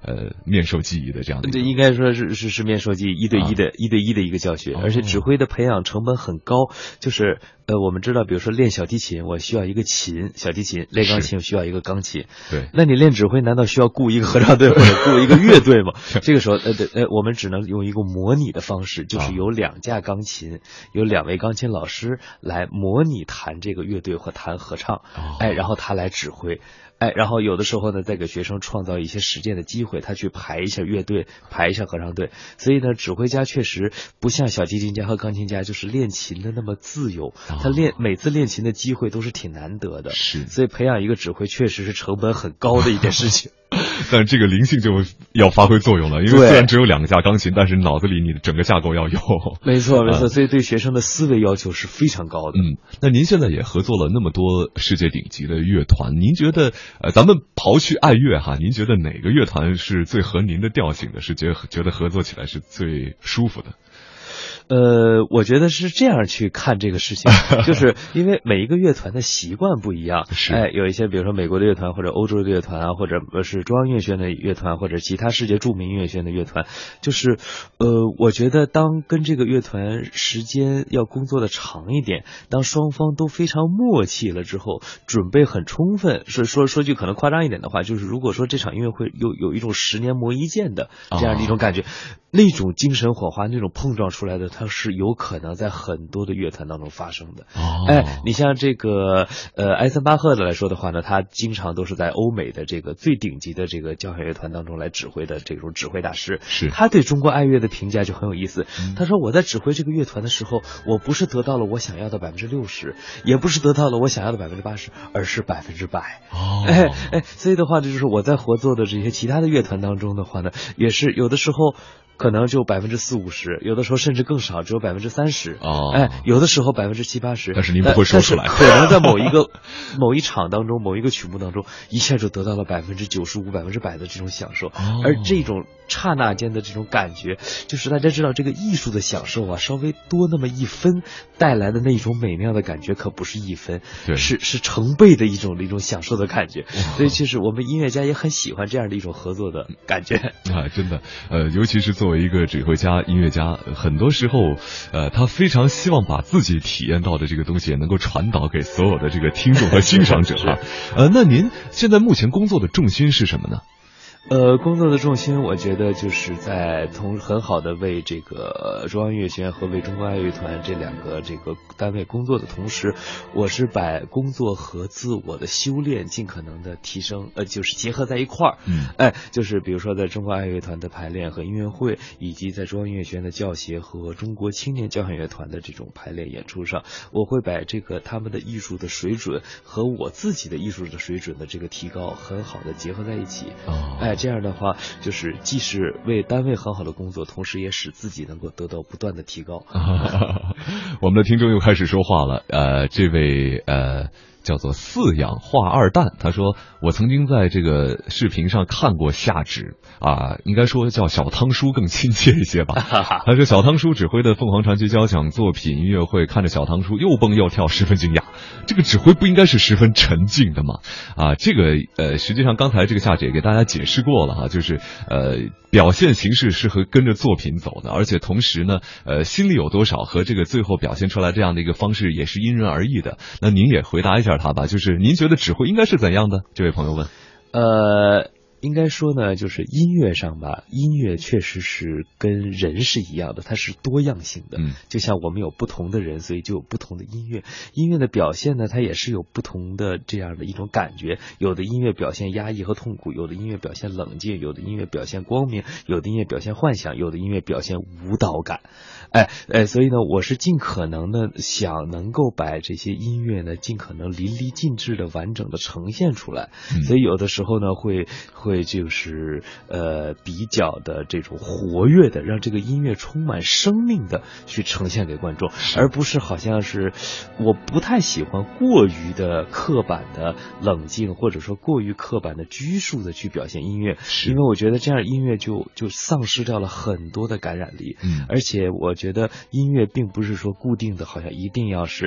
呃面授技艺的这样的。 对，应该说是是是面授技艺，一对一的、啊、一对一的一个教学，而且指挥的培养成本很高，就是呃我们知道，比如说练小提琴，我需要一个琴，小提琴；练钢琴需要一个钢琴。 对， 那你练指挥难道需要雇一个合唱队或者雇一个乐队吗？这个时候，呃对呃，我们只能用一个模拟的方式，就是有两架钢琴，啊、有两位钢琴老师来模拟弹这个乐队或弹合唱，哦、哎，然后他来指挥。哎，然后有的时候呢，再给学生创造一些实践的机会，他去排一下乐队，排一下合唱队。所以呢，指挥家确实不像小提琴家和钢琴家，就是练琴的那么自由。哦、他练每次练琴的机会都是挺难得的， 是。 所以培养一个指挥确实是成本很高的一件事情。 但是这个灵性就要发挥作用了，因为虽然只有两架钢琴，但是脑子里你的整个架构要有。 没错，没错，所以对学生的思维要求是非常高的。 嗯，那您现在也合作了那么多世界顶级的乐团，您觉得呃，咱们刨去爱乐哈，您觉得哪个乐团是最合您的调性的？是觉得觉得合作起来是最舒服的？ 呃，我觉得是这样去看这个事情，就是因为每一个乐团的习惯不一样。 是， 哎，有一些比如说美国的乐团，或者欧洲的乐团啊，或者是中央音乐学院的乐团，或者其他世界著名音乐学院的乐团，就是呃，我觉得当跟这个乐团时间要工作的长一点，当双方都非常默契了之后，准备很充分，说说说句可能夸张一点的话，就是如果说这场音乐会有有一种十年磨一剑的这样的一种感觉。哦，那种精神火花，那种碰撞出来的，它是有可能在很多的乐团当中发生的。 哦， 哎，你像这个呃埃森巴赫的来说的话呢，他经常都是在欧美的这个最顶级的这个交响乐团当中来指挥的这种指挥大师。 是， 他对中国爱乐的评价就很有意思。嗯、他说我在指挥这个乐团的时候，我不是得到了我想要的百分之六十，也不是得到了我想要的百分之八十，而是百分之百。 哦， 哎哎，所以的话，这就是我在合作的这些其他的乐团当中的话呢，也是有的时候。可能只有百分之四五十，有的时候甚至更少，只有百分之三十。 哦， 哎，有的时候百分之七八十。 但是您不会说出来。 可能在某一个某一场当中，某一个曲目当中，一下就得到了百分之九十五、百分之百的这种享受。 哦， 而这种刹那间的这种感觉，就是大家知道这个艺术的享受啊，稍微多那么一分带来的那种美妙的感觉，可不是一分， 对， 是是成倍的一种一种享受的感觉。所以其实我们音乐家也很喜欢这样的一种合作的感觉啊，真的，呃，尤其是作为一个指挥家、音乐家，很多时候，呃，他非常希望把自己体验到的这个东西也能够传导给所有的这个听众和欣赏者啊。呃，那您现在目前工作的重心是什么呢？ 呃，工作的重心，我觉得就是在同很好的为这个中央音乐学院和为中国爱乐团这两个这个单位工作的同时，我是把工作和自我的修炼尽可能的提升，呃，就是结合在一块儿。 嗯， 哎，就是比如说在中国爱乐团的排练和音乐会，以及在中央音乐学院的教协和中国青年交响乐团的这种排练演出上，我会把这个他们的艺术的水准和我自己的艺术的水准的这个提高很好的结合在一起。 哦， 哎。这样的话，就是既是为单位很好的工作，同时也使自己能够得到不断的提高。 我们的听众又开始说话了，呃，这位呃。叫做饲养画二蛋，他说我曾经在这个视频上看过夏芷啊，应该说叫小汤叔更亲切一些吧。他说小汤叔指挥的凤凰传奇交响作品音乐会，看着小汤叔又蹦又跳，十分惊讶。这个指挥不应该是十分沉静的吗？啊，这个呃，实际上刚才这个夏芷也给大家解释过了哈，就是呃，表现形式是和跟着作品走的，而且同时呢，呃，心里有多少和这个最后表现出来这样的一个方式也是因人而异的。那您也回答一下他吧，就是您觉得指挥应该是怎样的？这位朋友问。 呃，应该说呢，就是音乐上吧，音乐确实是跟人是一样的，它是多样性的。 嗯， 就像我们有不同的人，所以就有不同的音乐。音乐的表现呢，它也是有不同的这样的一种感觉。有的音乐表现压抑和痛苦，有的音乐表现冷静，有的音乐表现光明，有的音乐表现幻想，有的音乐表现舞蹈感。哎哎，所以呢，我是尽可能的想能够把这些音乐呢，尽可能淋漓尽致的完整的呈现出来。 嗯、 所以有的时候呢，会会就是呃比较的这种活跃的，让这个音乐充满生命的去呈现给观众，而不是好像是我不太喜欢过于的刻板的冷静，或者说过于刻板的拘束的去表现音乐，因为我觉得这样音乐就就丧失掉了很多的感染力。 嗯， 而且我觉得音乐并不是说固定的，好像一定要是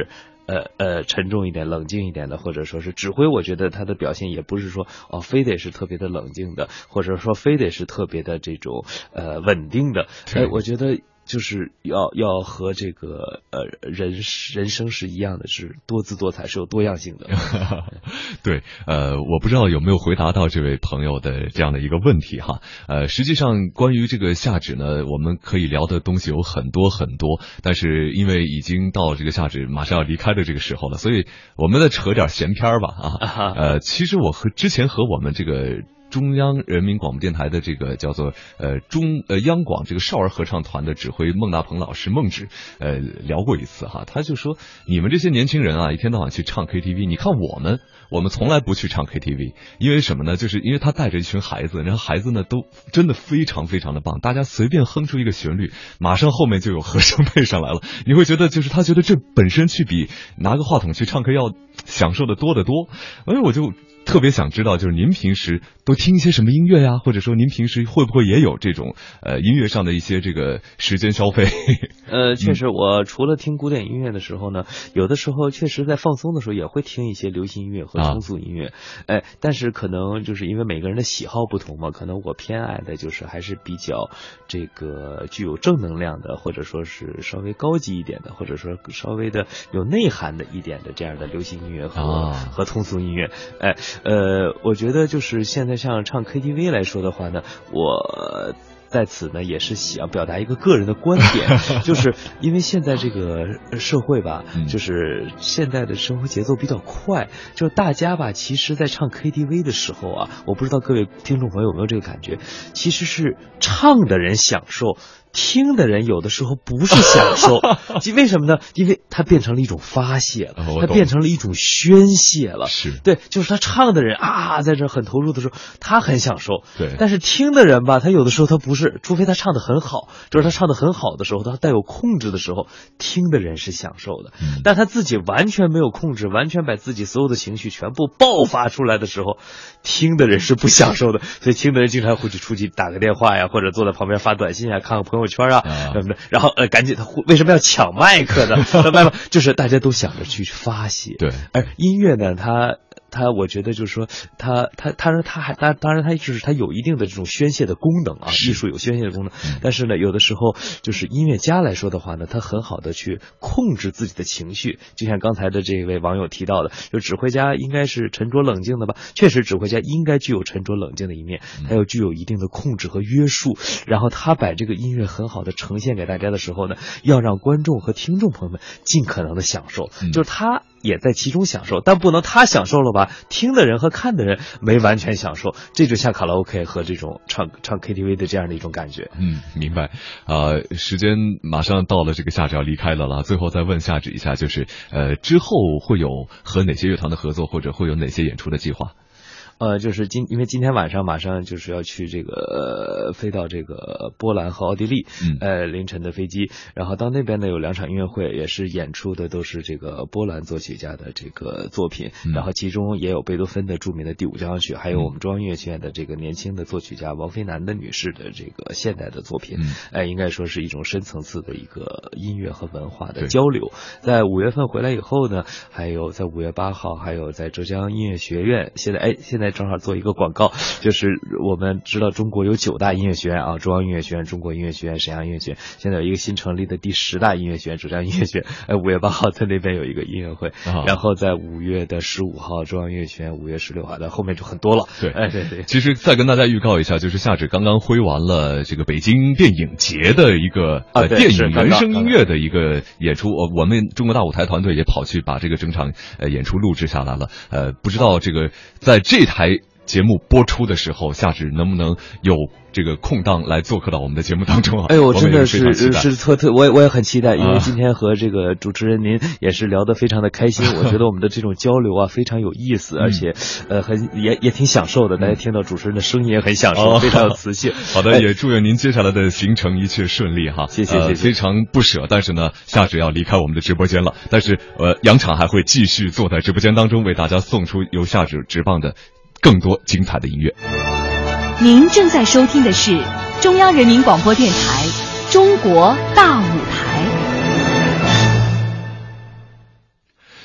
呃呃沉重一点、冷静一点的，或者说是指挥，我觉得他的表现也不是说哦非得是特别的冷静的，或者说非得是特别的这种呃稳定的。哎，我觉得。就是要要和这个呃人人生是一样的，是多姿多彩，是有多样性的。 对，呃，我不知道有没有回答到这位朋友的这样的一个问题哈。呃，实际上关于这个夏至呢，我们可以聊的东西有很多很多，但是因为已经到这个夏至马上要离开的这个时候了，所以我们再扯点闲篇儿吧啊。呃，其实我和之前和我们这个。中央人民广播电台的这个叫做呃中呃央广这个少儿合唱团的指挥孟大鹏老师孟指呃聊过一次哈，他就说你们这些年轻人啊，一天到晚去唱 K T V， 你看我们我们从来不去唱 K T V， 因为什么呢？就是因为他带着一群孩子，然后孩子呢都真的非常非常的棒，大家随便哼出一个旋律，马上后面就有和声配上来了，你会觉得就是他觉得这本身去比拿个话筒去唱歌要享受的多得多，而我就。特别想知道，就是您平时都听一些什么音乐呀？或者说您平时会不会也有这种呃音乐上的一些这个时间消费？ 呃，确实，我除了听古典音乐的时候呢，有的时候确实在放松的时候也会听一些流行音乐和通俗音乐。哎、啊，但是可能就是因为每个人的喜好不同嘛，可能我偏爱的就是还是比较这个具有正能量的，或者说是稍微高级一点的，或者说稍微的有内涵的一点的这样的流行音乐和、啊、和通俗音乐。哎。呃，我觉得就是现在像唱 K T V 来说的话呢，我在此呢也是想表达一个个人的观点，就是因为现在这个社会吧，就是现在的生活节奏比较快，就是大家吧，其实在唱 K T V 的时候啊，我不知道各位听众朋友有没有这个感觉，其实是唱的人享受。听的人有的时候不是享受，为什么呢？因为它变成了一种发泄了，它变成了一种宣泄了。 是对，就是他唱的人啊，在这很投入的时候，他很享受。 对， 但是听的人吧，他有的时候他不是，除非他唱的很好，就是他唱的很好的时候，他带有控制的时候，听的人是享受的。嗯、但他自己完全没有控制，完全把自己所有的情绪全部爆发出来的时候，听的人是不享受的。所以听的人经常会去出去打个电话呀，或者坐在旁边发短信啊，看看朋友圈啊什么的，然后呃赶紧他为什么要抢麦克呢？麦克就是大家都想着去发泄。 对， 而音乐呢，它。他我觉得就是说，他他他说他还当当然他就是他有一定的这种宣泄的功能啊，艺术有宣泄的功能。但是呢，有的时候就是音乐家来说的话呢，他很好的去控制自己的情绪，就像刚才的这位网友提到的，就指挥家应该是沉着冷静的吧？确实，指挥家应该具有沉着冷静的一面，他又具有一定的控制和约束。然后他把这个音乐很好的呈现给大家的时候呢，要让观众和听众朋友们尽可能的享受，就是他也在其中享受，但不能他享受了吧，听的人和看的人没完全享受，这就像卡拉 OK 和这种唱唱 K T V 的这样的一种感觉。 嗯，明白。啊、呃，时间马上到了，这个夏至要离开了了。最后再问夏至一下，就是呃，之后会有和哪些乐团的合作，或者会有哪些演出的计划？ 呃，就是今因为今天晚上马上就是要去这个呃飞到这个波兰和奥地利，嗯，呃凌晨的飞机，然后到那边呢有两场音乐会，也是演出的都是这个波兰作曲家的这个作品，嗯、然后其中也有贝多芬的著名的第五交响曲，还有我们中央音乐学院的这个年轻的作曲家王菲南的女士的这个现代的作品，哎、嗯呃，应该说是一种深层次的一个音乐和文化的交流。在五月份回来以后呢，还有在五月八号，还有在浙江音乐学院，现在哎现在。正好做一个广告，就是我们知道中国有九大音乐学院啊，中央音乐学院、中国音乐学院、沈阳音乐学院，现在有一个新成立的第十大音乐学院——浙江音乐学院。哎，五月八号在那边有一个音乐会，啊、然后在五月的十五号中央音乐学院，五月十六号，那后面就很多了。 对， 哎对对。 其实再跟大家预告一下，就是夏至刚刚挥完了这个北京电影节的一个、 啊、 呃电影原声音乐的一个演出，我我们中国大舞台团队也跑去把这个整场呃演出录制下来了。呃，不知道这个在这台节目播出的时候，夏至能不能有这个空档来做客到我们的节目当中啊？ 哎呦，真的是是特特，我也我也很期待，因为今天和这个主持人您也是聊得非常的开心，我觉得我们的这种交流啊非常有意思，而且呃很也也挺享受的，大家听到主持人的声音也很享受，哦、非常有磁性。 好的，也祝愿您接下来的行程一切顺利哈。 谢谢谢谢、呃， 非常不舍，但是呢，夏至要离开我们的直播间了，但是呃，杨场还会继续坐在直播间当中，为大家送出由夏至直棒的更多精彩的音乐。 您正在收听的是中央人民广播电台中国大舞台。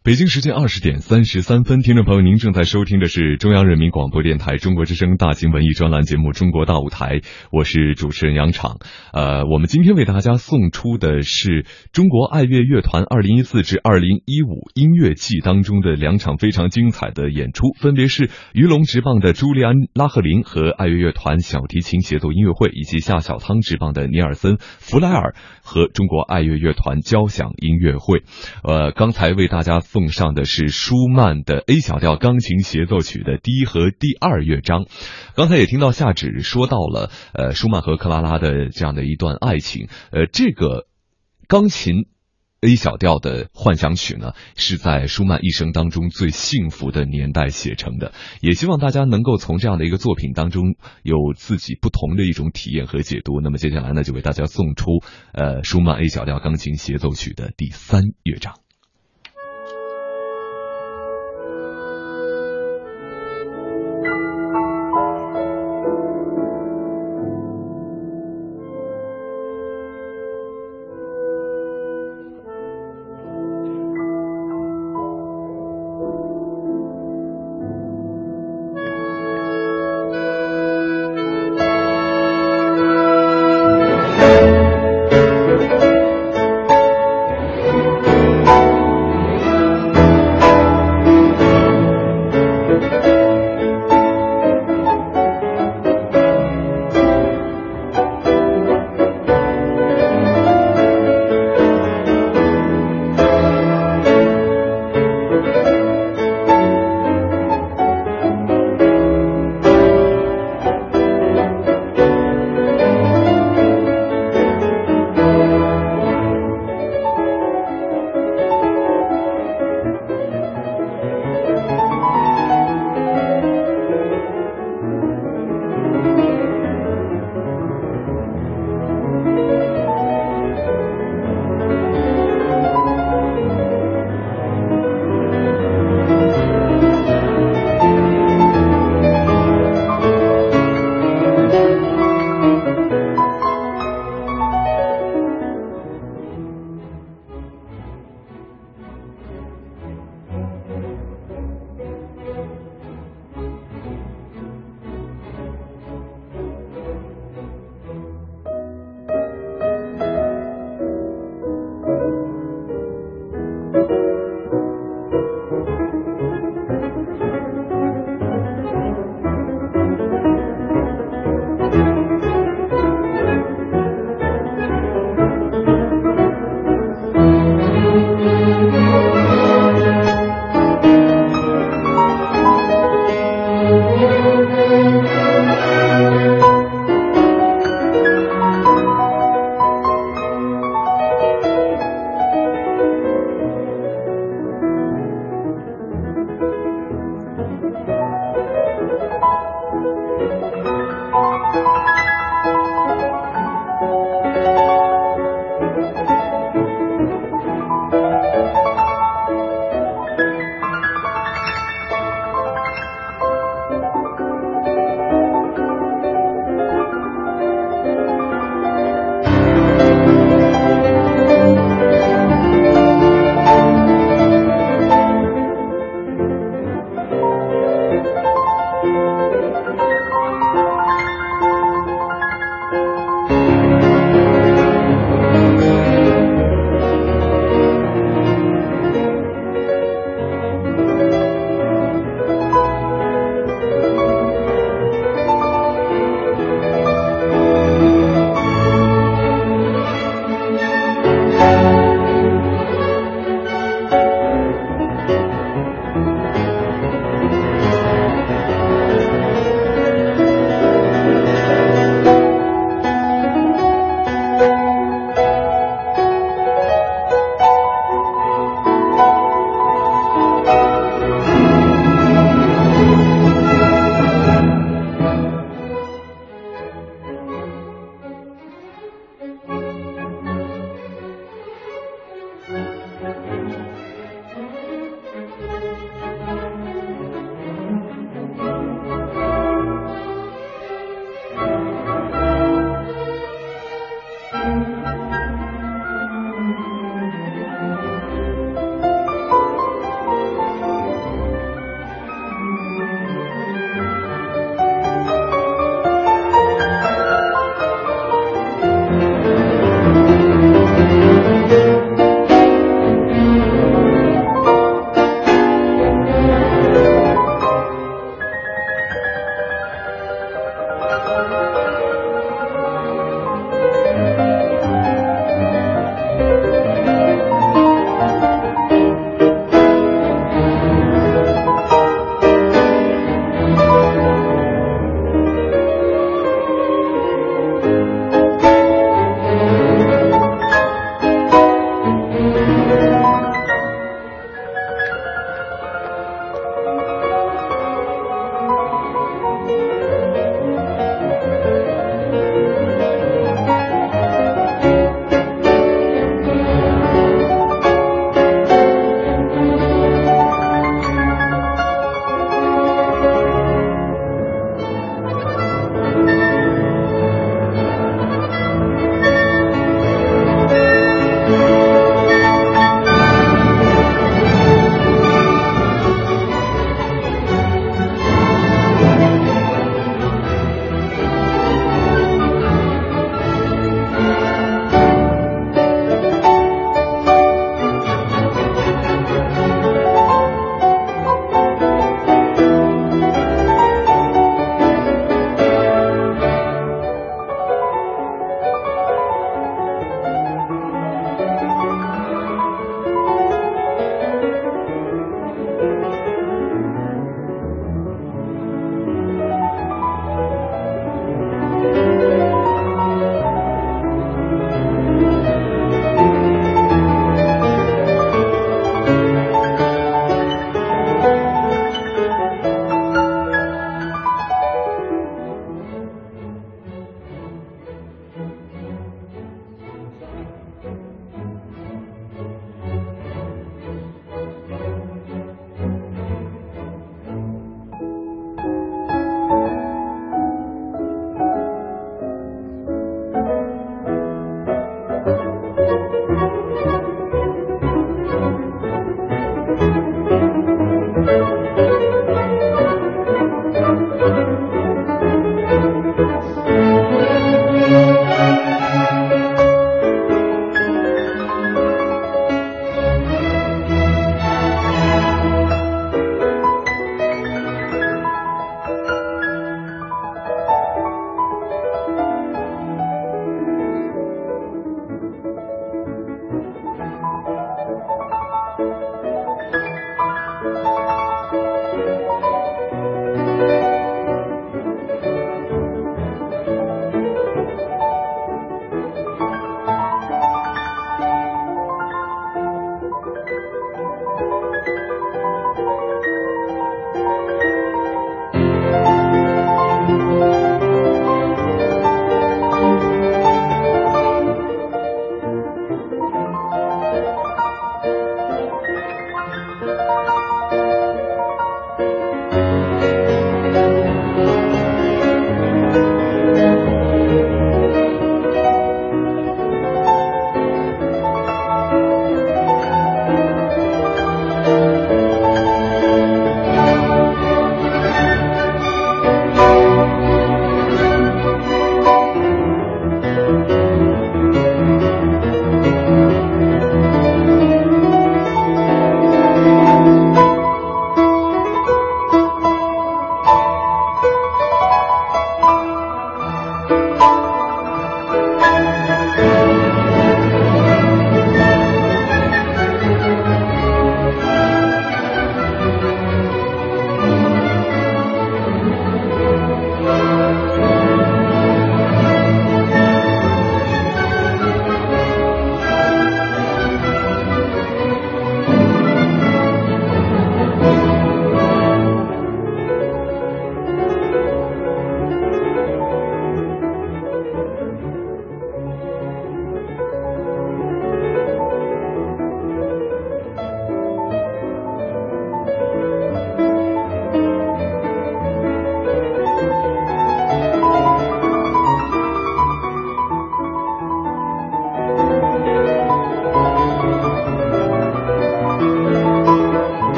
北京时间二十点三十三分，听众朋友，您正在收听的是中央人民广播电台中国之声大型文艺专栏节目《中国大舞台》，我是主持人杨昶。呃，我们今天为大家送出的是中国爱乐乐团二零一四至二零一五音乐季当中的两场非常精彩的演出，分别是鱼龙职棒的朱利安·拉赫林和爱乐乐团小提琴协奏音乐会，以及夏小汤职棒的尼尔森·弗莱尔和中国爱乐乐团交响音乐会。呃，刚才为大家送上的是舒曼的 A 小调钢琴协奏曲的第一和第二乐章。刚才也听到夏芷说到了呃舒曼和克拉拉的这样的一段爱情。呃，这个钢琴 A 小调的幻想曲呢，是在舒曼一生当中最幸福的年代写成的，也希望大家能够从这样的一个作品当中有自己不同的一种体验和解读。那么接下来呢，就为大家送出呃舒曼 A 小调钢琴协奏曲的第三乐章。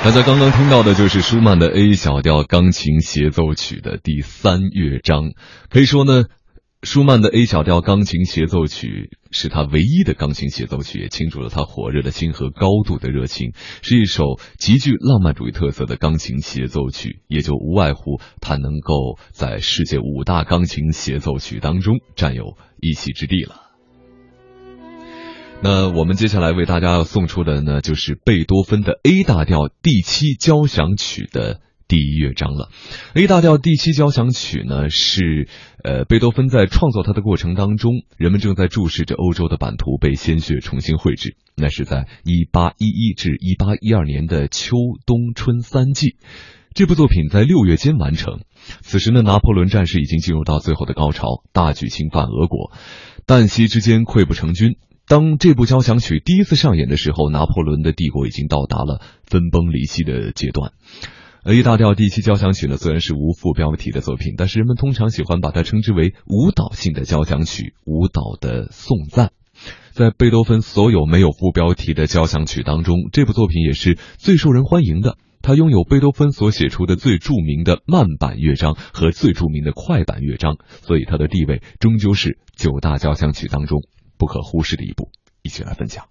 大家刚刚听到的就是舒曼的 A 小调钢琴协奏曲的第三乐章。可以说呢，舒曼的 A 小调钢琴协奏曲是他唯一的钢琴协奏曲，也倾注了他火热的心和高度的热情，是一首极具浪漫主义特色的钢琴协奏曲，也就无外乎它能够在世界五大钢琴协奏曲当中占有一席之地了。那我们接下来为大家要送出的呢，就是贝多芬的 A 大调第七交响曲的第一乐章了。 A 大调第七交响曲呢，是呃贝多芬在创作它的过程当中，人们正在注视着欧洲的版图被鲜血重新绘制，那是在一八一一至一八一二年的秋冬春三季。这部作品在六月间完成，此时呢，拿破仑战事已经进入到最后的高潮，大举侵犯俄国，旦夕之间溃不成军。当这部交响曲第一次上演的时候，拿破仑的帝国已经到达了分崩离析的阶段。A 大调第七交响曲呢，虽然是无副标题的作品，但是人们通常喜欢把它称之为舞蹈性的交响曲，舞蹈的颂赞。在贝多芬所有没有副标题的交响曲当中，这部作品也是最受人欢迎的。它拥有贝多芬所写出的最著名的慢板乐章和最著名的快板乐章，所以它的地位终究是九大交响曲当中不可忽视的一部。一起来分享。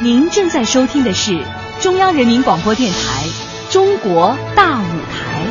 您正在收听的是中央人民广播电台中国大舞台。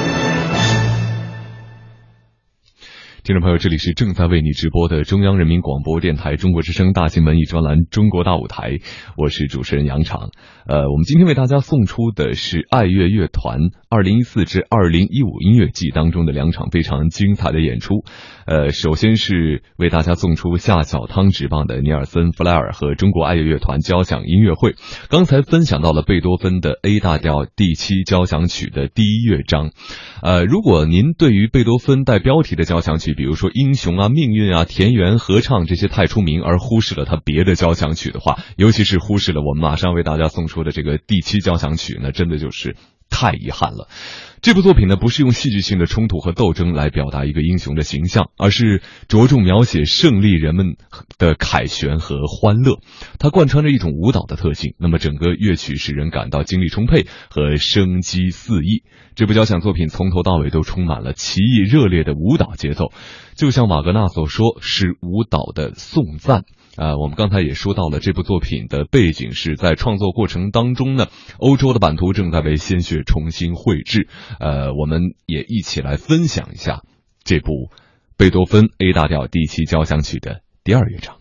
听众朋友，这里是正在为你直播的中央人民广播电台中国之声大型文艺专栏《中国大舞台》，我是主持人杨常。呃，我们今天为大家送出的是爱乐乐团二零一四至二零一五音乐季当中的两场非常精彩的演出。呃，首先是为大家送出下小汤执棒的尼尔森弗莱尔和中国爱乐乐团交响音乐会。刚才分享到了贝多芬的 A 大调第七交响曲的第一乐章。呃，如果您对于贝多芬带标题的交响曲，比如说英雄啊、命运啊、田园合唱这些太出名，而忽视了他别的交响曲的话，尤其是忽视了我们马上为大家送出的这个第七交响曲，那真的就是太遗憾了。这部作品呢，不是用戏剧性的冲突和斗争来表达一个英雄的形象，而是着重描写胜利人们的凯旋和欢乐。它贯穿着一种舞蹈的特性，那么整个乐曲使人感到精力充沛和生机四溢。这部交响作品从头到尾都充满了奇异热烈的舞蹈节奏，就像瓦格纳所说，是舞蹈的颂赞。呃，我们刚才也说到了这部作品的背景是在创作过程当中呢，欧洲的版图正在被鲜血重新绘制。呃，我们也一起来分享一下这部贝多芬 A 大调第七交响曲的第二乐章。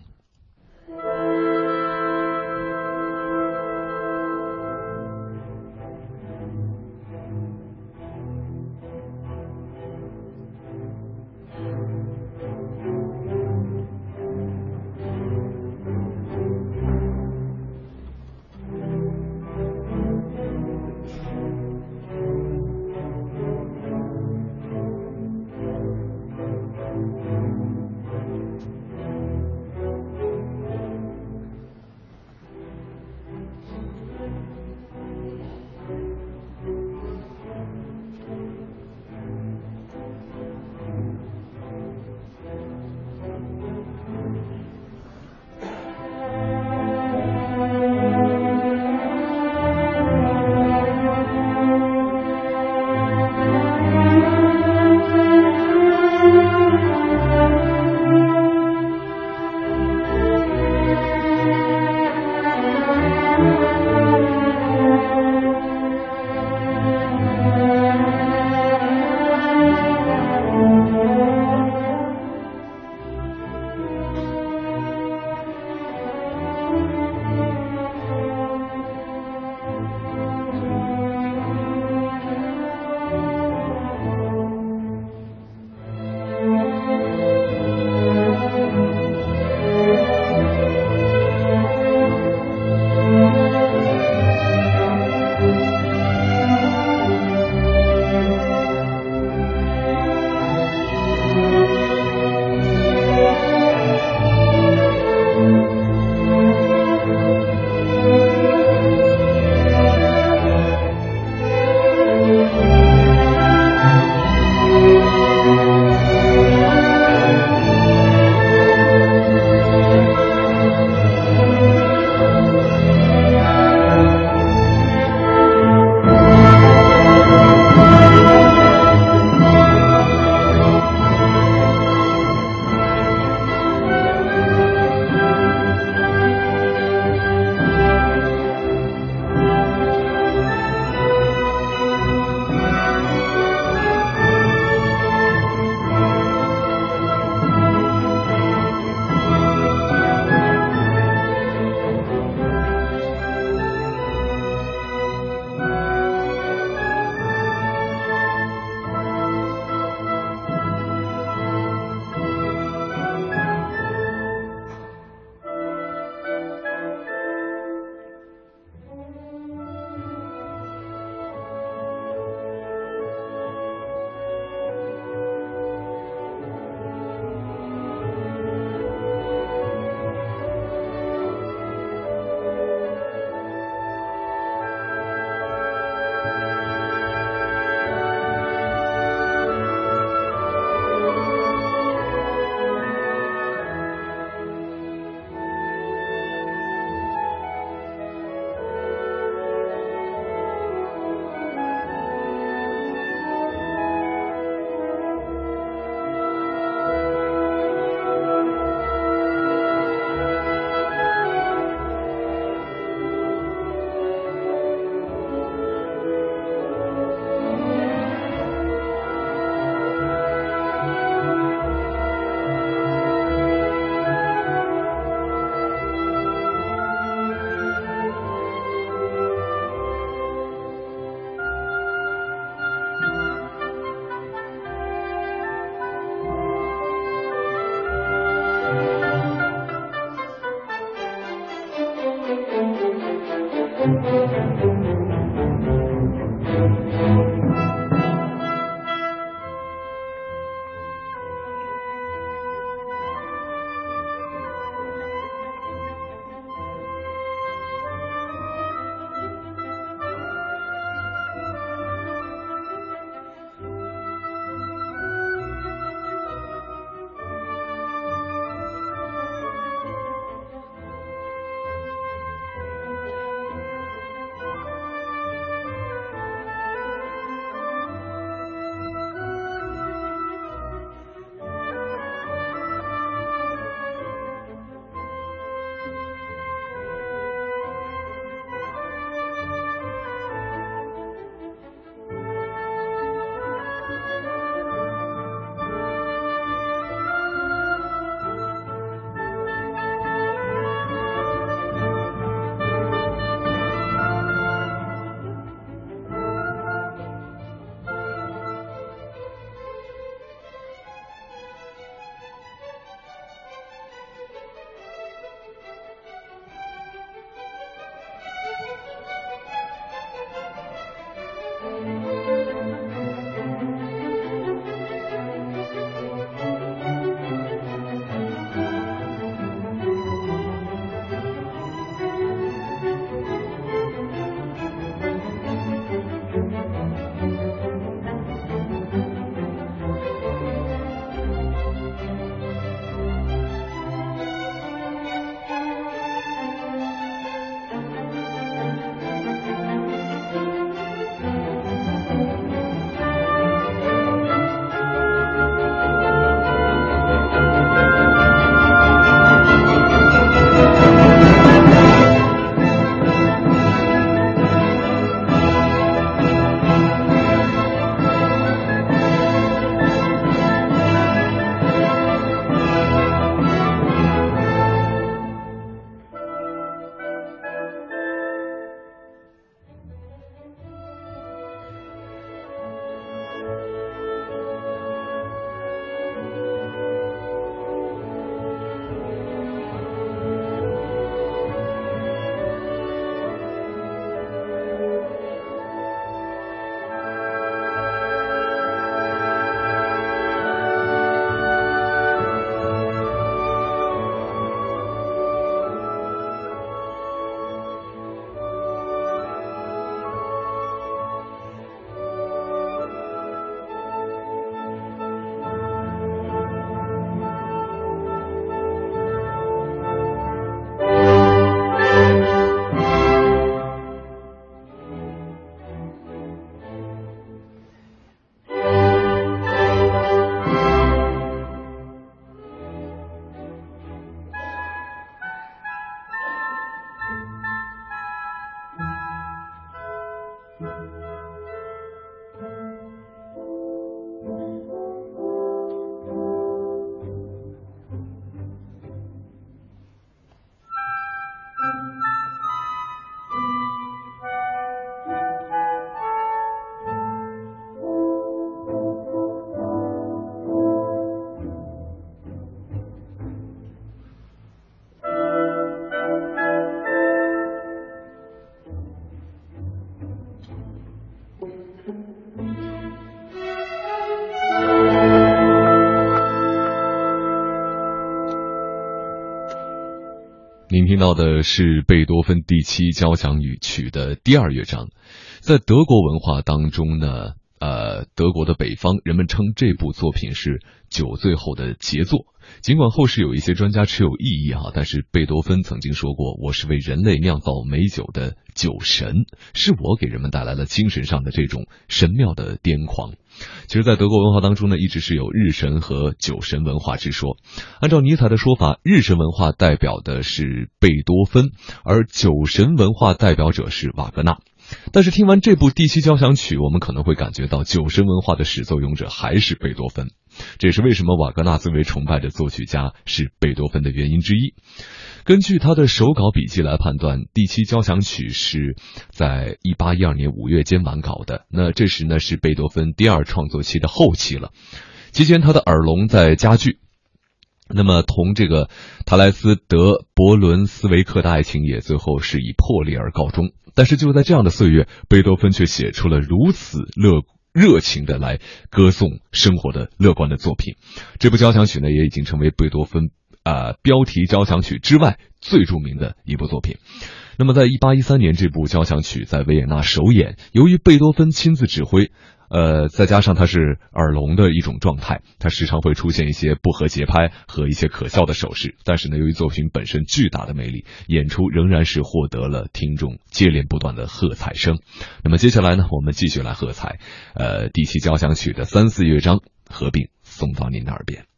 您听到的是贝多芬第七交响曲的第二乐章。在德国文化当中呢，呃，德国的北方人们称这部作品是酒醉后的杰作。尽管后世有一些专家持有异议啊，但是贝多芬曾经说过，我是为人类酿造美酒的酒神，是我给人们带来了精神上的这种神妙的癫狂。其实在德国文化当中呢，一直是有日神和酒神文化之说。按照尼采的说法，日神文化代表的是贝多芬，而酒神文化代表者是瓦格纳。但是听完这部第七交响曲，我们可能会感觉到酒神文化的始作俑者还是贝多芬，这也是为什么瓦格纳最为崇拜的作曲家是贝多芬的原因之一。根据他的手稿笔记来判断，第七交响曲是在一八一二年五月间完稿的，那这时呢是贝多芬第二创作期的后期了。期间他的耳聋在加剧，那么同这个塔莱斯德伯伦斯维克的爱情也最后是以破裂而告终。但是就在这样的岁月，贝多芬却写出了如此乐热情的来歌颂生活的乐观的作品。这部交响曲呢，也已经成为贝多芬呃标题交响曲之外最著名的一部作品。那么在一八一三年，这部交响曲在维也纳首演，由于贝多芬亲自指挥，呃，再加上他是耳聋的一种状态，他时常会出现一些不合节拍和一些可笑的手势。但是呢，由于作品本身巨大的魅力，演出仍然是获得了听众接连不断的喝彩声。那么接下来呢，我们继续来喝彩，呃，第七交响曲的三四乐章合并送到您的耳边。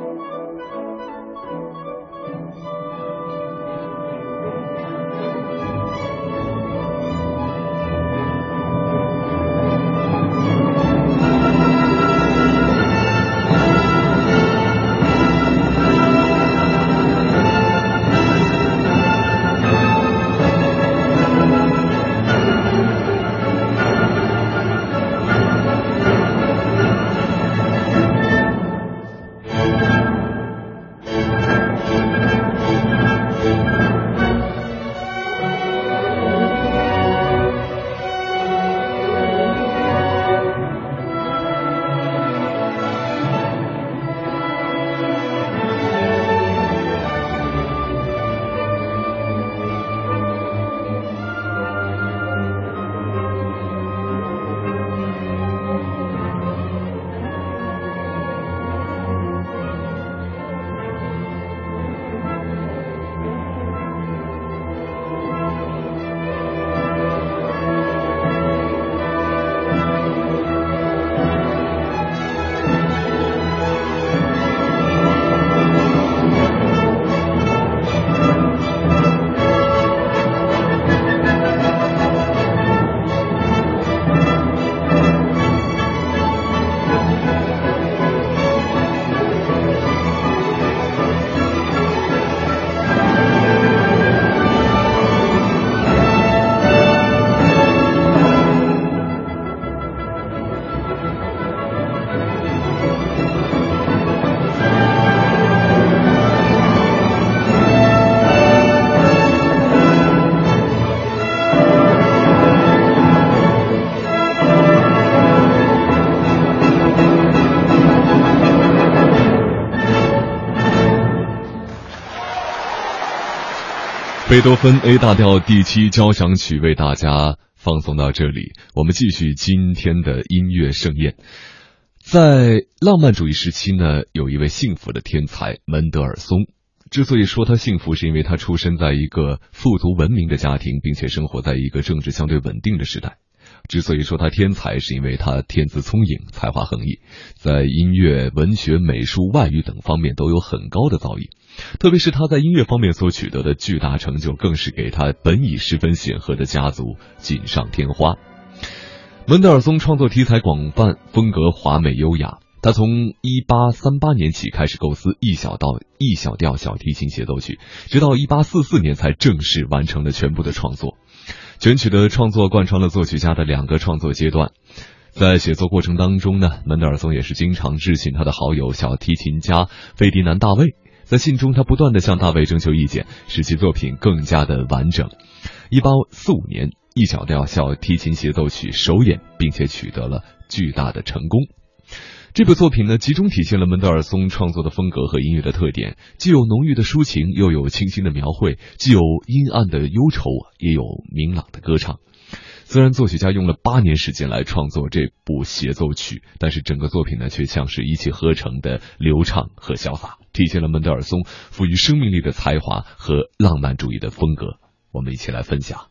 贝多芬 A 大调第七交响曲为大家放送到这里，我们继续今天的音乐盛宴。在浪漫主义时期呢，有一位幸福的天才门德尔松。之所以说他幸福，是因为他出生在一个富足文明的家庭，并且生活在一个政治相对稳定的时代。之所以说他天才，是因为他天资聪颖，才华横溢，在音乐、文学、美术、外语等方面都有很高的造诣。特别是他在音乐方面所取得的巨大成就，更是给他本已十分显赫的家族锦上添花。门德尔松创作题材广泛，风格华美优雅。他从一八三八年起开始构思 E 小调 E 小调小提琴协奏曲，直到一八四四年才正式完成了全部的创作。全曲的创作贯穿了作曲家的两个创作阶段。在写作过程当中呢，门德尔松也是经常致信他的好友小提琴家费迪南大卫。在信中，他不断地向大卫征求意见，使其作品更加的完整。一八四五年 E 小调小提琴协奏曲首演，并且取得了巨大的成功。这部作品呢，集中体现了门德尔松创作的风格和音乐的特点，既有浓郁的抒情，又有清新的描绘，既有阴暗的忧愁，也有明朗的歌唱。虽然作曲家用了八年时间来创作这部协奏曲，但是整个作品呢，却像是一气呵成的流畅和潇洒，体现了门德尔松赋予生命力的才华和浪漫主义的风格。我们一起来分享。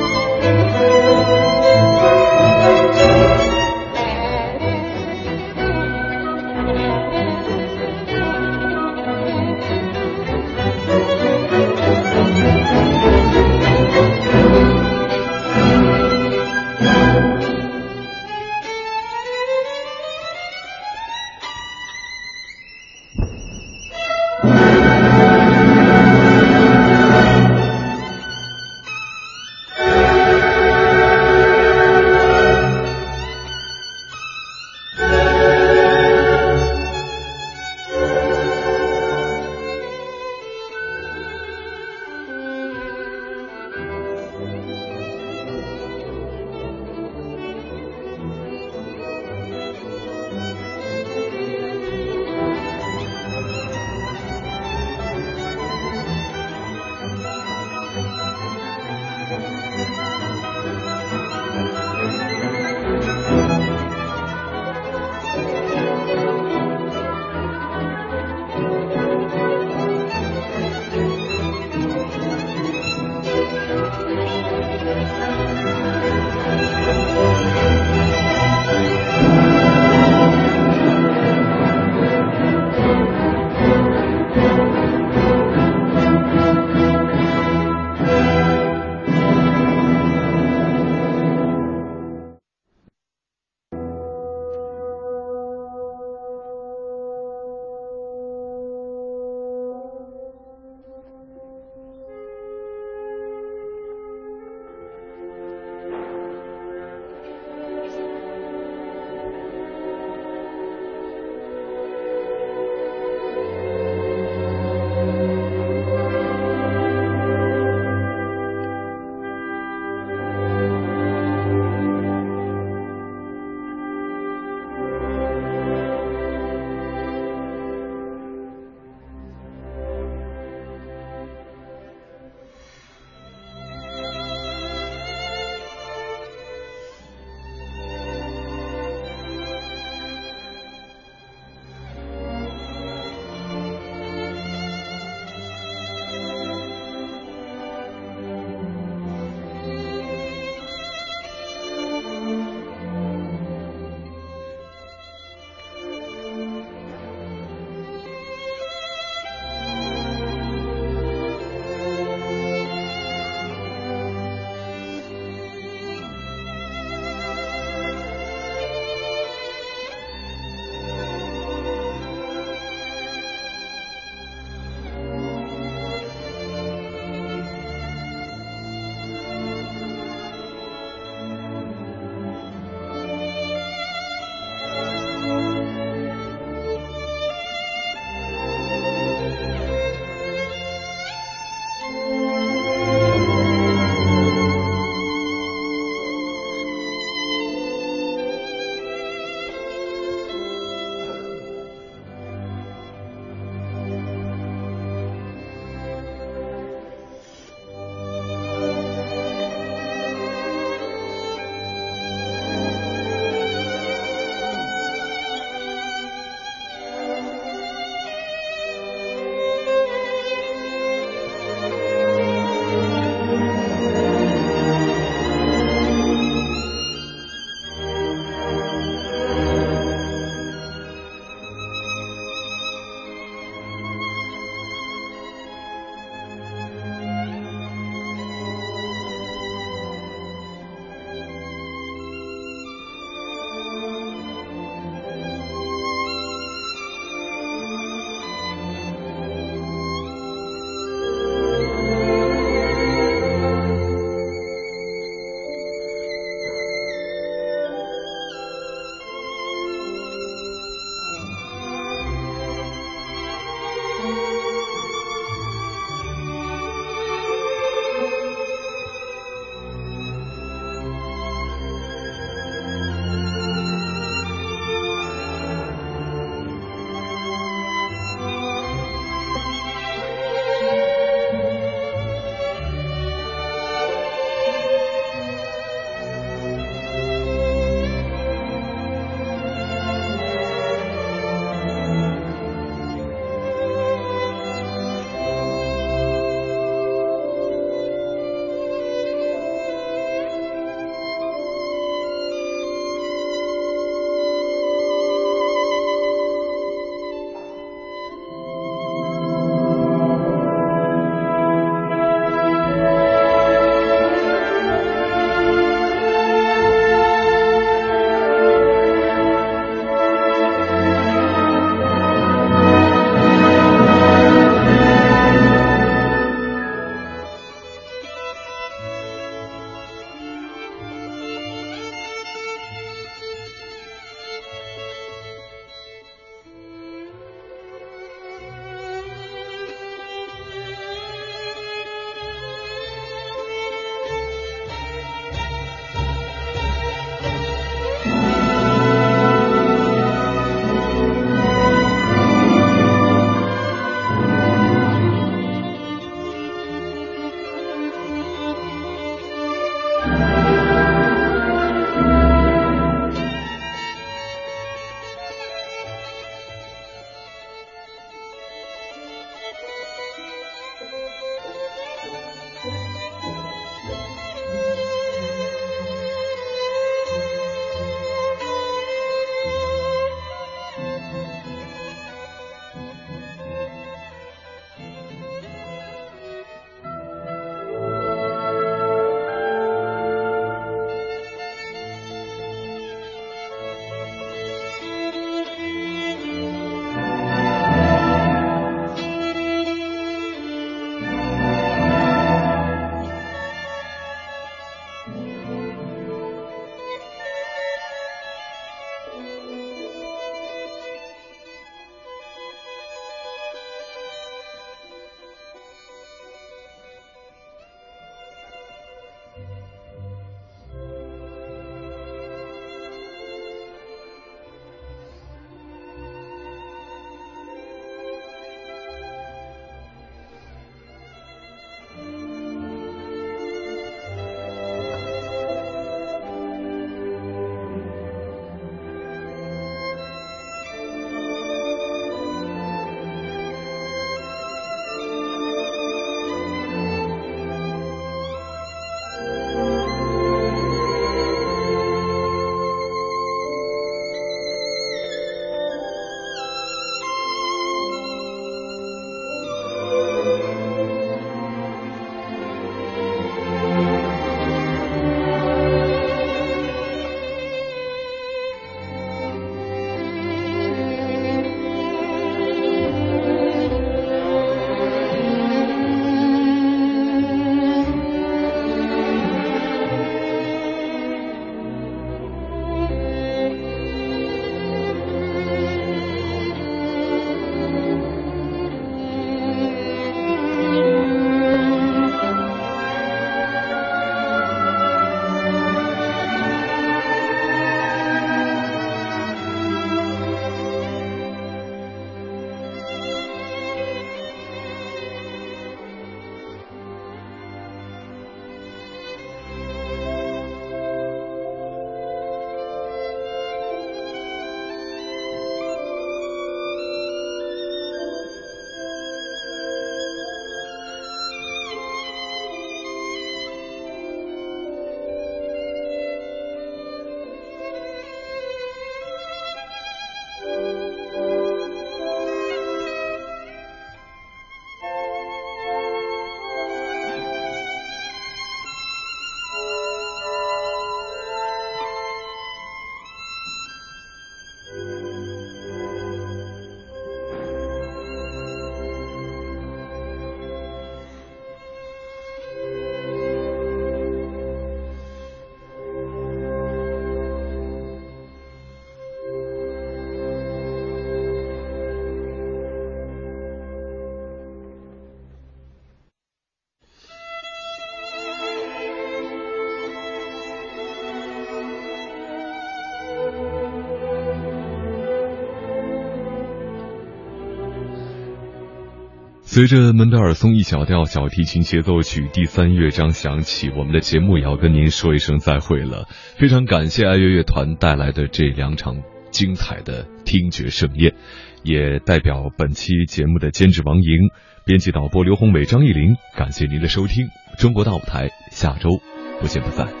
随着门德尔松 E 小调小提琴协奏曲第三乐章响起，我们的节目也要跟您说一声再会了。非常感谢爱乐乐团带来的这两场精彩的听觉盛宴，也代表本期节目的监制王莹、编辑导播刘宏伟、张艺林，感谢您的收听。中国大舞台，下周不见不散。